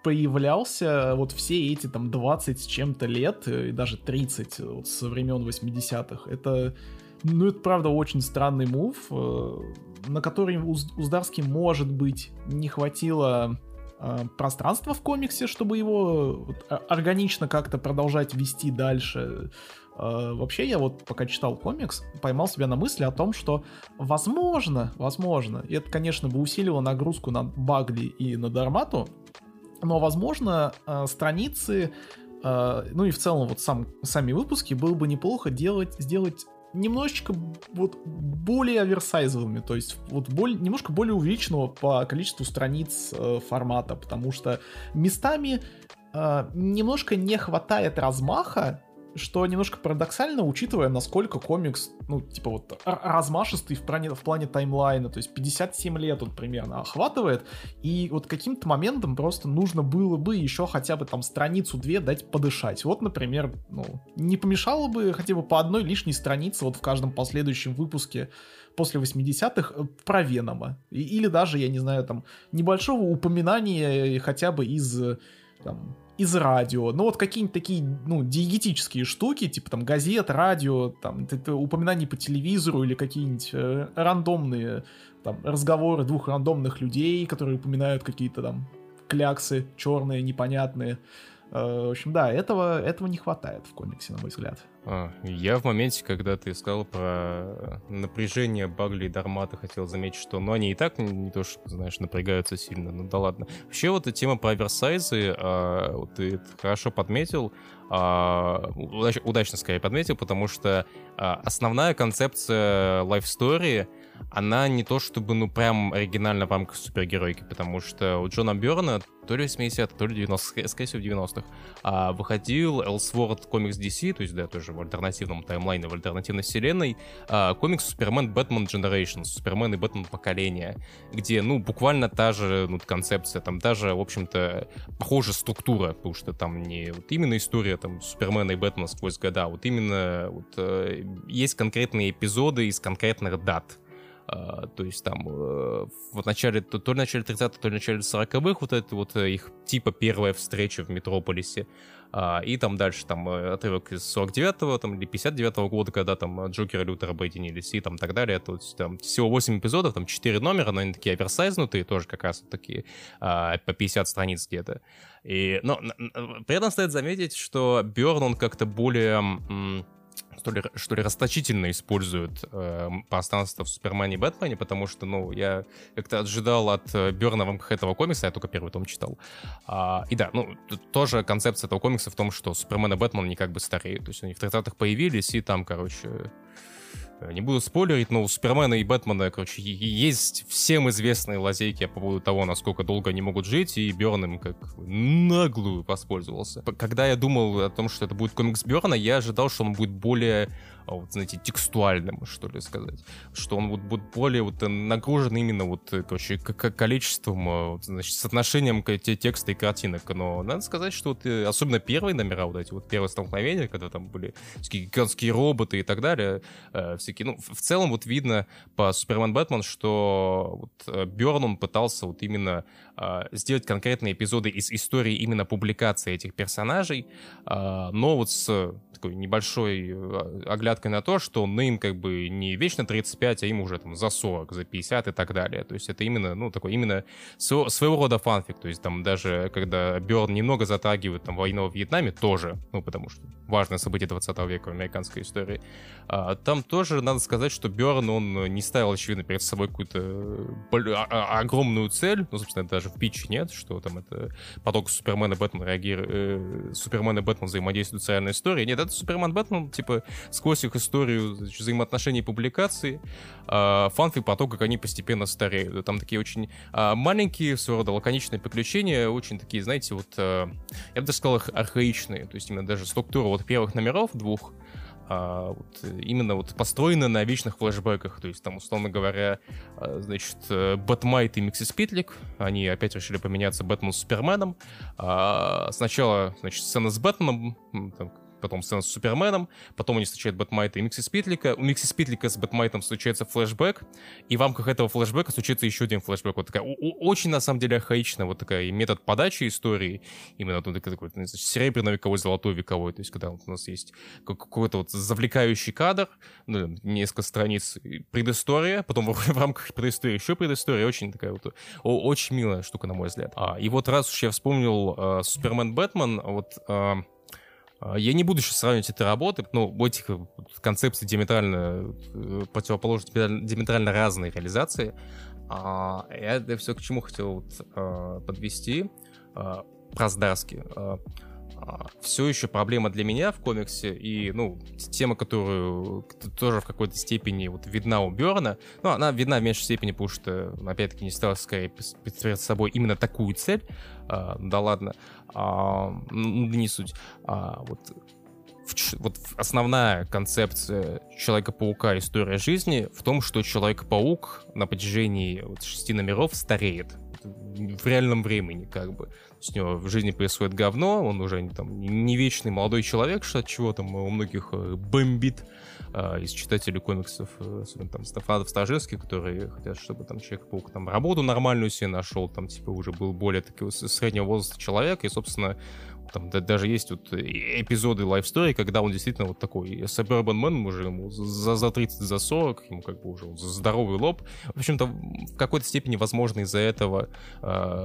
появлялся вот все эти там двадцать с чем-то лет, и даже тридцать вот, со времен восьмидесятых. Это, ну, это правда очень странный мув, э, на который у, у Здаровски, может быть, не хватило э, пространства в комиксе, чтобы его вот, органично как-то продолжать вести дальше. Uh, вообще, я вот пока читал комикс, поймал себя на мысли о том, что возможно, возможно, и это, конечно, бы усилило нагрузку на Багли и на Дармату, но, возможно, uh, страницы, uh, ну и в целом вот сам, сами выпуски было бы неплохо делать, сделать немножечко вот более оверсайзовыми, то есть вот более, немножко более увеличенного по количеству страниц uh, формата, потому что местами uh, немножко не хватает размаха, что немножко парадоксально, учитывая, насколько комикс, ну, типа вот размашистый в плане, в плане таймлайна, то есть пятьдесят семь лет он примерно охватывает, и вот каким-то моментом просто нужно было бы еще хотя бы там страницу-две дать подышать. Вот, например, ну, не помешало бы хотя бы по одной лишней странице вот в каждом последующем выпуске после восьмидесятых про Венома. И, или даже, я не знаю, там, небольшого упоминания хотя бы из, там, из радио, ну вот какие-нибудь такие, ну, диегетические штуки, типа там газет, радио, там, упоминания по телевизору или какие-нибудь э, рандомные там разговоры двух рандомных людей, которые упоминают какие-то там кляксы черные, непонятные. В общем, да, этого, этого не хватает в комиксе, на мой взгляд. А, я в моменте, когда ты сказал про напряжение Багли и Дармата, хотел заметить, что ну, они и так не, не то, что, знаешь, напрягаются сильно, ну да ладно. Вообще вот эта тема про оверсайзы, а, вот ты это хорошо подметил, а, удач, удачно, скорее, подметил, потому что а, основная концепция Life Story, она не то чтобы, ну, прям оригинально в рамках супергеройки, потому что у Джона Бёрна то ли восьмидесятых, то ли девяностых, скорее всего, в девяностых, а, выходил Elseworld комикс ди си, то есть, да, тоже в альтернативном таймлайне, в альтернативной вселенной, а, комикс Супермен Бэтмен Generations, Супермен и Бэтмен Поколение, где, ну, буквально та же, ну, концепция, там даже, в общем-то, похожая структура, потому что там не вот именно история, там, Супермена и Бэтмена сквозь года, а вот именно вот, э, есть конкретные эпизоды из конкретных дат. Uh, то есть там uh, в начале, то, то ли в начале тридцатых, то ли в начале сороковых вот это вот uh, их типа первая встреча в Метрополисе. Uh, и там дальше там uh, отрывок из сорок девятого там, или пятьдесят девятого года, когда там uh, Джокер и Лютер объединились и там так далее. То есть там всего восемь эпизодов, там четыре номера, но они такие оверсайзнутые, тоже как раз вот такие uh, по пятьдесят страниц где-то. И, но при этом стоит заметить, что Бёрн, он как-то более... М- Что ли, что ли, расточительно используют э, пространство в Супермане и Бэтмене, потому что, ну, я как-то ожидал от э, Бёрна в рамках этого комикса, я только первый том читал. А, и да, ну, тоже концепция этого комикса в том, что Супермен и Бэтмен, они как бы стареют. То есть они в тридцатых появились, и там, короче... Не буду спойлерить, но у Супермена и Бэтмена, короче, есть всем известные лазейки по поводу того, насколько долго они могут жить, и Бёрн им как наглую воспользовался. Когда я думал о том, что это будет комикс Бёрна, я ожидал, что он будет более, вот, знаете, текстуальным, что ли сказать. Что он вот будет более вот нагружен именно вот, короче, количеством, вот, значит, соотношением текста и картинок. Но надо сказать, что вот, особенно первые номера, вот эти вот первые столкновения, когда там были гигантские роботы и так далее, всякие, ну, в целом вот видно по Супермен Бэтмен, что вот Бёрн, он пытался вот именно э, сделать конкретные эпизоды из истории именно публикации этих персонажей, э, но вот с такой небольшой оглядкой на то, что ну, им как бы не вечно тридцать пять, а им уже там за сорок, за пятьдесят и так далее. То есть это именно, ну, такой именно своего, своего рода фанфик. То есть там даже когда Бёрн немного затрагивает там войну в Вьетнаме, тоже, ну, потому что важное событие двадцатого века в американской истории, а, там тоже надо сказать, что Бёрн, он не ставил, очевидно, перед собой какую-то огромную цель, ну, собственно, даже в питче нет, что там это поток Супермена и Бэтмена реагирует, э, Супермен и Бэтмен взаимодействуют с реальной историей. Нет, это Супермен Бэтмен, типа, сквозь их историю, значит, взаимоотношений и публикации, э, фанфик про то, как они постепенно стареют. Там такие очень э, маленькие, своего рода лаконичные приключения, очень такие, знаете, вот, э, я бы даже сказал, их архаичные, то есть именно даже структура вот первых номеров двух, А, вот, именно вот построены на вечных флешбеках, то есть там, условно говоря, значит, Бэтмайт и Миксис Питлик, они опять решили поменяться Бэтмен с Суперменом. А, сначала, значит, сцена с Бэтменом, там, потом сцена с Суперменом, потом они встречают Бэтмайта и Миксис Питлика, у Миксис Питлика с Бэтмайтом случается флешбэк, и в рамках этого флешбэка случается еще один флешбэк. Вот такая очень, на самом деле, архаичная вот такая метод подачи истории, именно вот такой, значит, серебряный вековой, золотой вековой, то есть когда вот у нас есть какой-то вот завлекающий кадр, ну, несколько страниц предыстория, потом в рамках предыстории еще предыстория, очень такая вот очень милая штука, на мой взгляд. А, и вот раз уж я вспомнил uh, Супермен Бэтмен, вот uh, я не буду сейчас сравнивать эти работы, но у этих концепций диаметрально противоположные, диаметрально разные реализации. А, я, я все к чему хотел вот, а, подвести. А, про Здарски. А, а, все еще проблема для меня в комиксе, и, ну, тема, которую тоже в какой-то степени вот видна у Бёрна, но она видна в меньшей степени, потому что, опять-таки, не стала скорее представлять собой именно такую цель. А, да ладно, а, не суть. А, вот, в, вот основная концепция Человека-паука «История жизни» в том, что Человек-паук на протяжении вот, шести номеров стареет в реальном времени, как бы. С него в жизни происходит говно, он уже там, не вечный молодой человек, что от чего там у многих бомбит э, из читателей комиксов, особенно там фанатов Стражинских, которые хотят, чтобы там Человек-паук там работу нормальную себе нашел, там типа уже был более такого среднего возраста человек, и, собственно, Там да, даже есть вот эпизоды Life Story, когда он действительно вот такой suburban man, уже ему за, за тридцать, за сорок, ему как бы уже здоровый лоб. В общем-то, в какой-то степени, возможно, из-за этого, э,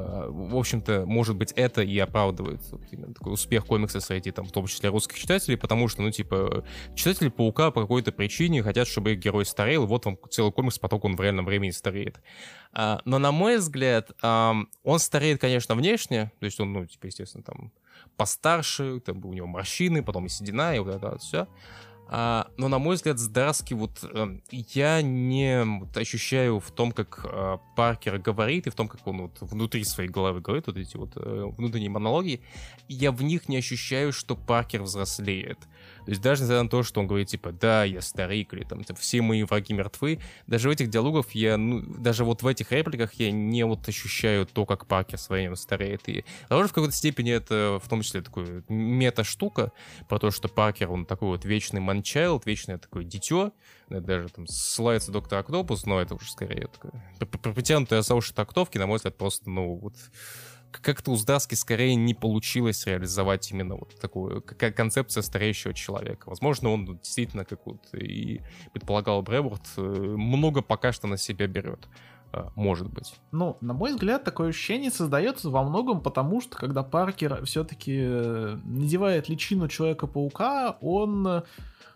в общем-то, может быть, это и оправдывает вот, именно такой успех комикса среди, там, в том числе, русских читателей, потому что, ну, типа, читатели Паука по какой-то причине хотят, чтобы их герой старел, и вот вам целый комикс, потом он в реальном времени стареет. А, но, на мой взгляд, а, он стареет, конечно, внешне, то есть он, ну, типа, естественно, там, постарше, там у него морщины, потом и седина, и вот это вот все. А, но, на мой взгляд, Здаровский вот э, я не вот, ощущаю в том, как э, Паркер говорит, и в том, как он вот внутри своей головы говорит, вот эти вот э, внутренние монологи, я в них не ощущаю, что Паркер взрослеет. То есть даже несмотря на то, что он говорит, типа, да, я старик, или там, все мои враги мертвы, даже в этих диалогах я, ну, даже вот в этих репликах я не вот ощущаю то, как Паркер с временем стареет. И, возможно, в какой-то степени это, в том числе, такая мета-штука, про то, что Паркер, он такой вот вечный манчайлд, вечное такое дитё, даже там ссылается доктор Октопус, но это уже скорее такое притянутое за уши трактовки, на мой взгляд, просто, ну, вот... Как-то у Здаровски скорее не получилось реализовать именно вот такую как концепция стареющего человека. Возможно, он действительно, как вот и предполагал Брэворд, много пока что на себя берет. Может быть. Ну, на мой взгляд, такое ощущение создается во многом потому, что когда Паркер все-таки надевает личину Человека-паука, он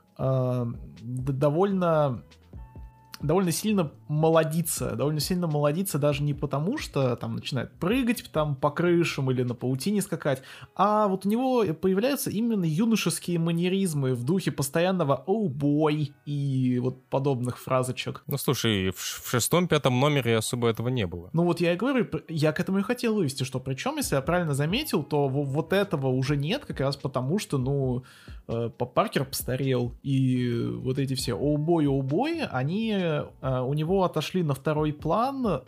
э, довольно... довольно сильно молодится, довольно сильно молодится даже не потому, что там начинает прыгать там по крышам или на паутине скакать, а вот у него появляются именно юношеские манеризмы в духе постоянного «оу бой» и вот подобных фразочек. Ну, слушай, в, в шестом-пятом номере особо этого не было. Ну вот я и говорю, я к этому и хотел вывести, что причем, если я правильно заметил, то вот этого уже нет, как раз потому, что, ну, Паркер постарел, и вот эти все «оу бой, оу бой», они у него отошли на второй план,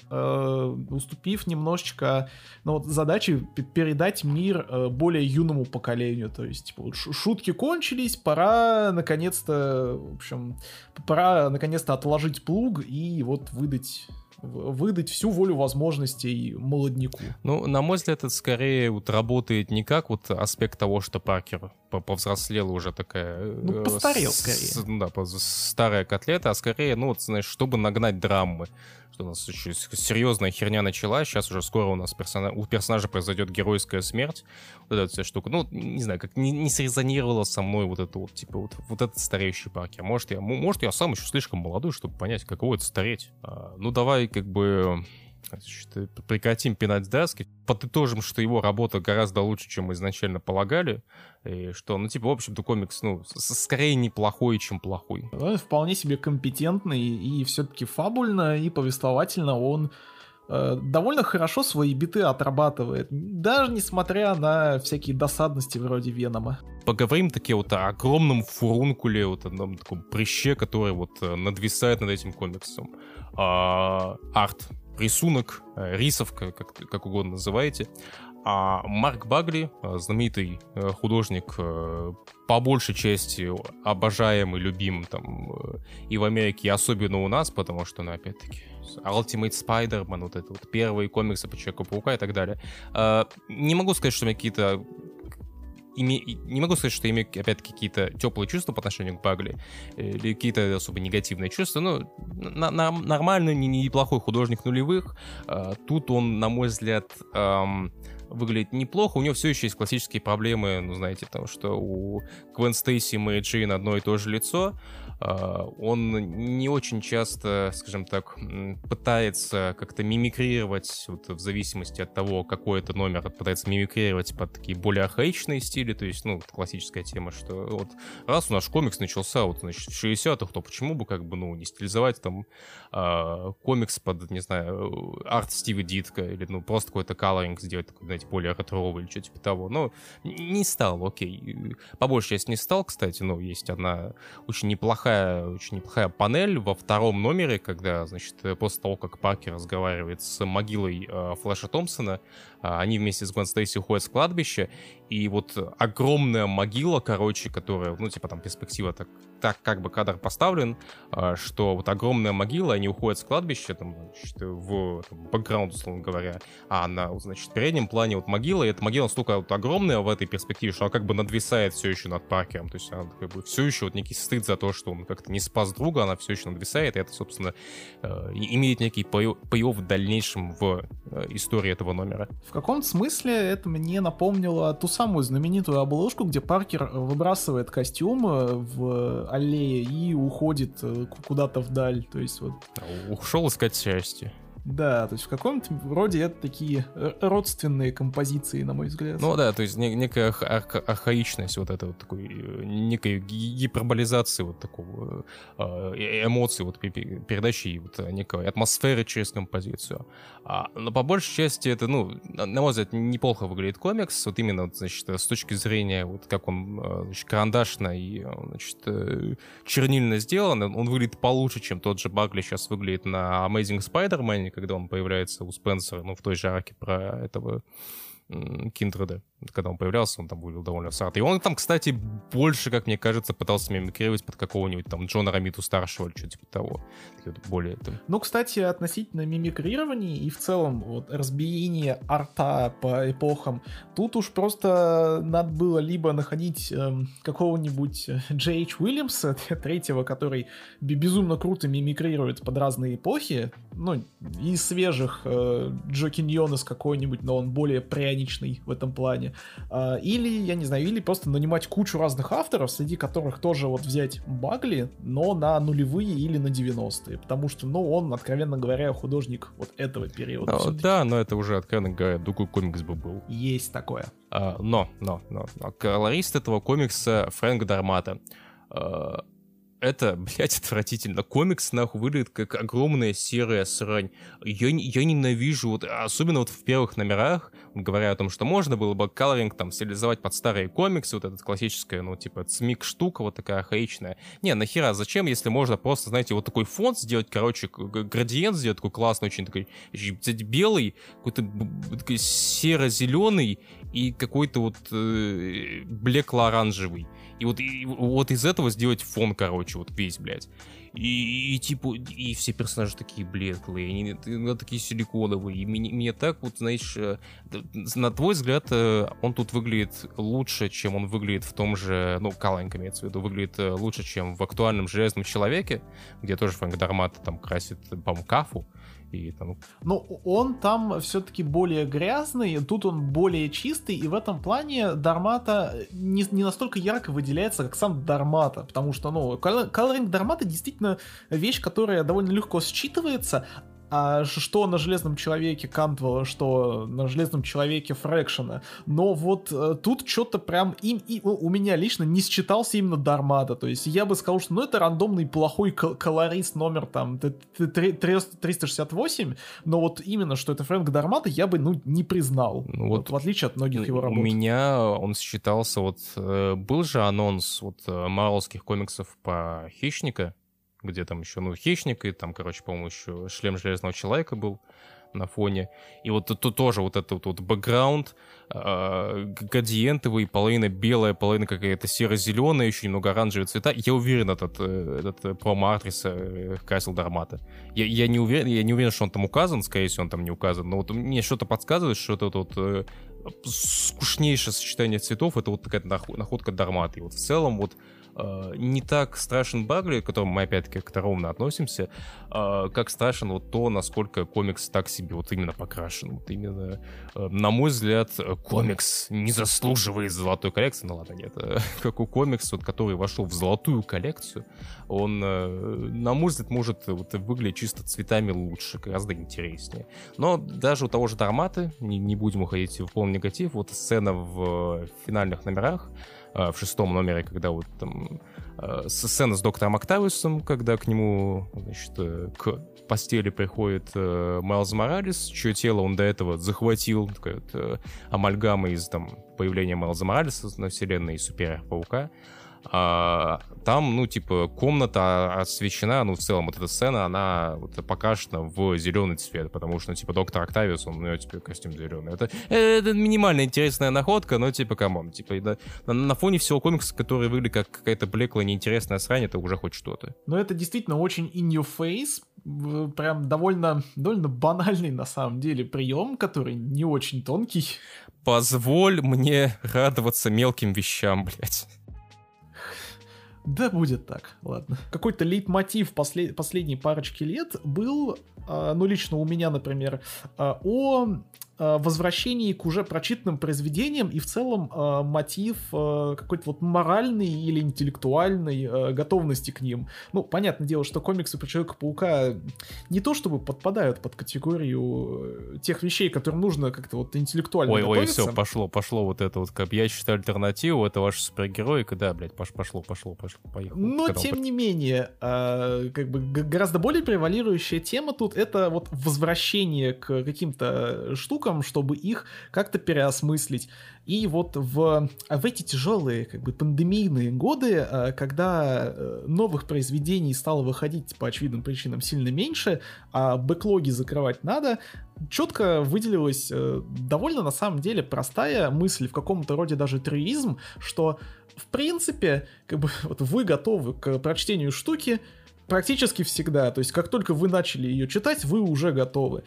уступив немножечко, ну, вот задачи передать мир более юному поколению, то есть типа, шутки кончились, пора наконец-то, в общем, пора наконец-то отложить плуг и вот выдать выдать всю волю возможностей молодняку. Ну, на мой взгляд, это скорее вот работает не как вот аспект того, что Паркер повзрослел уже такая... Ну, постарел скорее. С, да, старая котлета, а скорее, ну, вот, знаешь, чтобы нагнать драмы. Что у нас еще серьезная херня началась, сейчас уже скоро у нас персона... у персонажа произойдет геройская смерть. Вот эта вся штука. Ну, не знаю, как не, не срезонировала со мной вот это вот, типа, вот, вот этот стареющий Паркер. Может я, может, я сам еще слишком молодой, чтобы понять, каково это стареть. А, ну, давай, как бы... Значит, прекратим пинать Здаровски, подытожим, что его работа гораздо лучше, чем мы изначально полагали, и что, ну, типа, в общем-то, комикс, ну, скорее неплохой, чем плохой. Он вполне себе компетентный, и все-таки фабульно, и повествовательно он э, довольно хорошо свои биты отрабатывает, даже несмотря на всякие досадности вроде Венома. Поговорим таки вот о огромном фурункуле, вот одном таком прыще, который вот надвисает над этим комиксом. А, арт. Рисунок, рисовка, как, как угодно называете. А Марк Багли, знаменитый художник, по большей части обожаемый, любим там и в Америке, и особенно у нас, потому что, ну, опять-таки, Ultimate Spider-Man, вот это вот первые комиксы по Человеку-паука и так далее. Не могу сказать, что у меня какие-то Име... Не могу сказать, что имею, опять-таки, какие-то теплые чувства по отношению к Багли или какие-то особо негативные чувства, но на- на- нормальный, неплохой художник нулевых. А, тут он, на мой взгляд, эм, выглядит неплохо. У него все еще есть классические проблемы, ну, знаете, потому что у Гвен Стейси и Мэри Джейн одно и то же лицо. Он не очень часто, скажем так, пытается как-то мимикрировать, вот, в зависимости от того, какой это номер, пытается мимикрировать под такие более архаичные стили, то есть, ну, классическая тема, что вот раз у наш комикс начался, вот, значит, в шестидесятых, то почему бы, как бы, ну, не стилизовать там э, комикс под, не знаю, арт Стива Дитка, или, ну, просто какой-то колоринг сделать, такой, знаете, более ретровый или что-то типа того, но не стал, окей. По большей части не стал, кстати, но есть одна очень неплохая неплохая, очень неплохая панель во втором номере, когда, значит, после того, как Паркер разговаривает с могилой э, Флэша Томпсона, э, они вместе с Гвен Стейси уходят с кладбища, и вот огромная могила, короче, которая, ну, типа там перспектива так, так как бы кадр поставлен, э, что вот огромная могила, они уходят с кладбища, там, значит, в там, бэкграунд, условно говоря, а на, значит, в переднем плане вот могила, и эта могила настолько вот огромная в этой перспективе, что она как бы надвисает все еще над Паркером, то есть она как бы все еще вот некий стыд за то, что он как-то не спас друга, она все еще надвисает, и это, собственно, э, имеет некий пей-офф в дальнейшем в э, истории этого номера. В каком-то смысле это мне напомнило ту самую знаменитую обложку, где Паркер выбрасывает костюм в аллее и уходит куда-то вдаль, то есть вот... Ушел искать счастье. Да, то есть в каком-то роде это такие родственные композиции, на мой взгляд. Ну да, то есть не, некая арха- архаичность вот этой вот такой, некой гиперболизации вот такого э, эмоций, вот передачи вот некой атмосферы через композицию. А, но по большей части это, ну, на мой взгляд, неплохо выглядит комикс, вот именно, значит, с точки зрения вот как он, значит, карандашно и, значит, чернильно сделан, он выглядит получше, чем тот же Багли сейчас выглядит на Amazing Spider-Man, когда он появляется у Спенсера, ну, в той же арке про этого Киндреда. Когда он появлялся, он там выглядел довольно всратый. И он там, кстати, больше, как мне кажется, пытался мимикрировать под какого-нибудь там Джона Ромиту-старшего или что-то типа того. Более там... Ну, кстати, относительно мимикрирования и в целом вот разбиения арта по эпохам, тут уж просто надо было либо находить эм, какого-нибудь Джей Эйч Уильямса, третьего, который безумно круто мимикрирует под разные эпохи, ну, из свежих э, Джо Киньонес какой-нибудь, но он более пряничный в этом плане. Или, я не знаю, или просто нанимать кучу разных авторов, среди которых тоже вот взять Багли, но на нулевые или на девяностые, потому что, ну, он, откровенно говоря, художник вот этого периода. Ну, да, но это уже, откровенно говоря, другой комикс бы был. Есть такое. А, но, но, но, но, колорист этого комикса Фрэнк Дармата. А, это, блядь, отвратительно. Комикс, нахуй, выглядит как огромная серая срань. Я, я ненавижу, вот, особенно вот в первых номерах, говоря о том, что можно было бы колоринг там стилизовать под старые комиксы, вот этот классическая, ну, типа, цмик-штука вот такая архаичная. Не, нахера, зачем, если можно просто, знаете, вот такой фон сделать, короче, градиент сделать такой классный, очень такой, белый, какой-то такой серо-зеленый и какой-то вот э, блекло-оранжевый. И вот, и вот из этого сделать фон, короче, вот весь, блядь. И, и типа, и все персонажи такие блеклые, они, они такие силиконовые. И мне, мне так вот, знаешь, на твой взгляд, он тут выглядит лучше, чем он выглядит в том же, ну, Каллинг имеется в виду, выглядит лучше, чем в актуальном Железном Человеке, где тоже Фрэнк Дармата там красит, по-моему, Кафу. И там... Ну, он там все-таки более грязный, тут он более чистый, и в этом плане Дармата не, не настолько ярко выделяется, как сам Дармата, потому что, ну, колоринг Дармата действительно вещь, которая довольно легко считывается, а что на Железном Человеке Кантвелла, что на Железном Человеке Фрэкшена. Но вот э, тут что-то прям им, и, у меня лично не считался именно Дармата. То есть я бы сказал, что ну это рандомный плохой кол- колорист номер там триста шестьдесят восемь, но вот именно, что это Фрэнк Дармата, я бы ну не признал. Ну, вот, вот в отличие от многих его работ. У меня он считался, вот э, был же анонс вот марвелских комиксов по Хищника, где там еще, ну, Хищник, и там, короче, по-моему, еще Шлем Железного Человека был на фоне. И вот тут тоже вот этот вот бэкграунд, э, градиентовый, половина белая, половина какая-то серо-зеленая, еще немного оранжевые цвета. Я уверен, этот, этот промо-артриса красил Дармата. Я, я, не уверен, я не уверен, что он там указан, скорее всего, он там не указан, но вот мне что-то подсказывает, что это вот э, скучнейшее сочетание цветов, это вот такая находка Дармата. И вот в целом вот Uh, не так страшен Багли, к которому мы опять-таки как-то ровно относимся, uh, как страшен вот то, насколько комикс так себе вот именно покрашен. Вот именно, uh, на мой взгляд, комикс не заслуживает золотой коллекции. Ну ладно, нет. Uh, как у комикс, вот, который вошел в золотую коллекцию, он, uh, на мой взгляд, может вот, выглядеть чисто цветами лучше, гораздо интереснее. Но даже у того же Дарматы, не, не будем уходить в полный негатив, вот сцена в, в финальных номерах, в шестом номере, когда вот там э, сцена с доктором Октавиусом, когда к нему, значит, э, к постели приходит э, Майлз Моралес, чье тело он до этого захватил, такая вот, э, амальгама из там появления Майлза Моралеса на вселенной и Супер-Паука. А, там, ну, типа, комната освещена, ну, в целом, вот эта сцена, она вот покрашена в зеленый цвет, потому что, ну, типа, доктор Октавиус, он, у него, типа, костюм зеленый. Это, это минимально интересная находка, но, типа, камон, типа, да, на, на фоне всего комикса, который выглядит как какая-то блеклая, неинтересная срань, это уже хоть что-то. Но это действительно очень in your face, прям довольно, довольно банальный, на самом деле, прием, который не очень тонкий. Позволь мне радоваться мелким вещам, блядь. Да будет так, ладно. Какой-то лейтмотив послед... последней парочки лет был, э, ну лично у меня, например, э, о э, возвращении к уже прочитанным произведениям и в целом э, мотив э, какой-то вот моральной или интеллектуальной э, готовности к ним. Ну, понятное дело, что комиксы про Человека-паука не то чтобы подпадают под категорию тех вещей, которым нужно как-то вот интеллектуально ой, готовиться. Ой, все, пошло, пошло вот это вот, как я считаю, альтернативу, это ваша супергероика, да, блядь, пошло, пошло, пошло. Поехал. Но, Когда тем он... не менее, э, как бы г- гораздо более превалирующая тема тут — это вот возвращение к каким-то штукам, чтобы их как-то переосмыслить. И вот в, в эти тяжелые, как бы, пандемийные годы, э, когда э, новых произведений стало выходить по очевидным причинам сильно меньше, а бэклоги закрывать надо, четко выделилась э, довольно, на самом деле, простая мысль, в каком-то роде даже трюизм, что в принципе, как бы, вот вы готовы к прочтению штуки практически всегда. То есть, как только вы начали ее читать, вы уже готовы.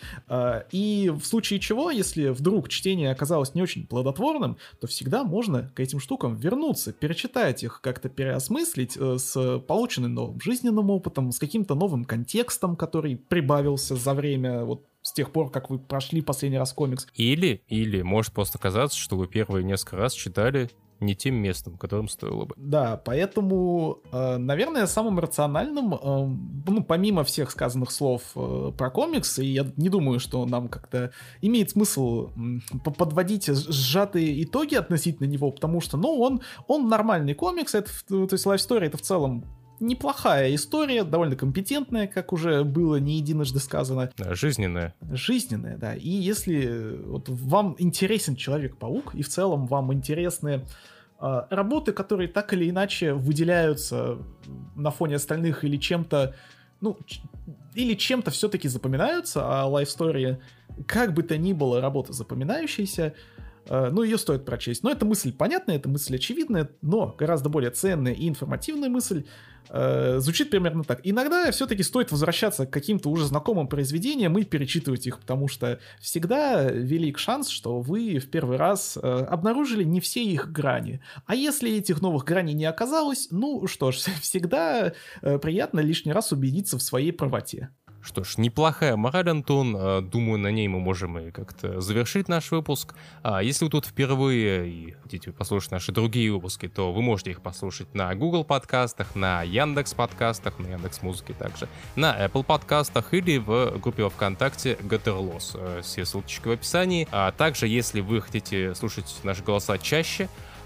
И в случае чего, если вдруг чтение оказалось не очень плодотворным, то всегда можно к этим штукам вернуться, перечитать их, как-то переосмыслить с полученным новым жизненным опытом, с каким-то новым контекстом, который прибавился за время вот с тех пор, как вы прошли последний раз комикс. Или, или может просто казаться, что вы первые несколько раз читали не тем местом, которым стоило бы. Да, поэтому, э, наверное, самым рациональным, э, ну, помимо всех сказанных слов э, про комикс, и я не думаю, что нам как-то имеет смысл э, подводить сжатые итоги относительно него, потому что, ну, он, он нормальный комикс, это, то есть Life Story — это в целом неплохая история, довольно компетентная, как уже было не единожды сказано. Да, жизненная. Жизненная, да. И если вот вам интересен Человек-паук, и в целом вам интересны э, работы, которые так или иначе выделяются на фоне остальных или чем-то, ну, ч- или чем-то все-таки запоминаются, а Life Story, как бы то ни было, работа запоминающаяся, э, ну, ее стоит прочесть. Но эта мысль понятная, эта мысль очевидная, но гораздо более ценная и информативная мысль э, звучит примерно так. Иногда все-таки стоит возвращаться к каким-то уже знакомым произведениям и перечитывать их, потому что всегда велик шанс, что вы в первый раз э, обнаружили не все их грани. А если этих новых граней не оказалось, ну что ж, всегда э, приятно лишний раз убедиться в своей правоте. Что ж, неплохая мораль, Антон. Думаю, на ней мы можем и как-то завершить наш выпуск. А если вы тут впервые и хотите послушать наши другие выпуски, то вы можете их послушать на Google подкастах, на Яндекс подкастах, на Яндекс.Музыке также, на Apple подкастах или в группе во ВКонтакте Гатерлос. Все ссылочки в описании. А также, если вы хотите слушать наши голоса чаще,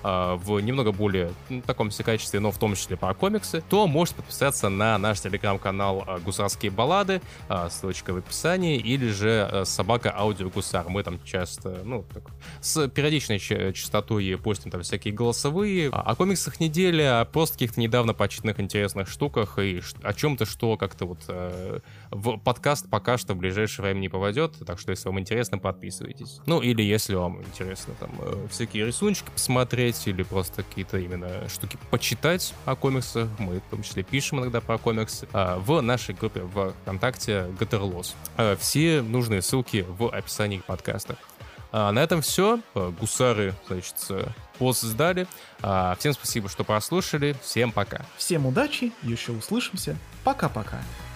в немного более ну, таком себе качестве, но в том числе про комиксы, то можете подписаться на наш телеграм-канал «Гусарские баллады», ссылочка в описании, или же «Собака Аудио Гусар». Мы там часто, ну, так, с периодичной частотой постим там всякие голосовые, о комиксах недели, о просто каких-то недавно почитанных интересных штуках и о чем-то, что как-то вот э, в подкаст пока что в ближайшее время не попадет, так что если вам интересно, подписывайтесь. Ну, или если вам интересно там э, всякие рисуночки посмотреть, или просто какие-то именно штуки почитать о комиксах, мы в том числе пишем иногда про комиксы, в нашей группе в ВКонтакте Гатерлос. Все нужные ссылки в описании подкаста. На этом все. Гусары, значит, пост сдали. Всем спасибо, что прослушали. Всем пока. Всем удачи, еще услышимся. Пока-пока.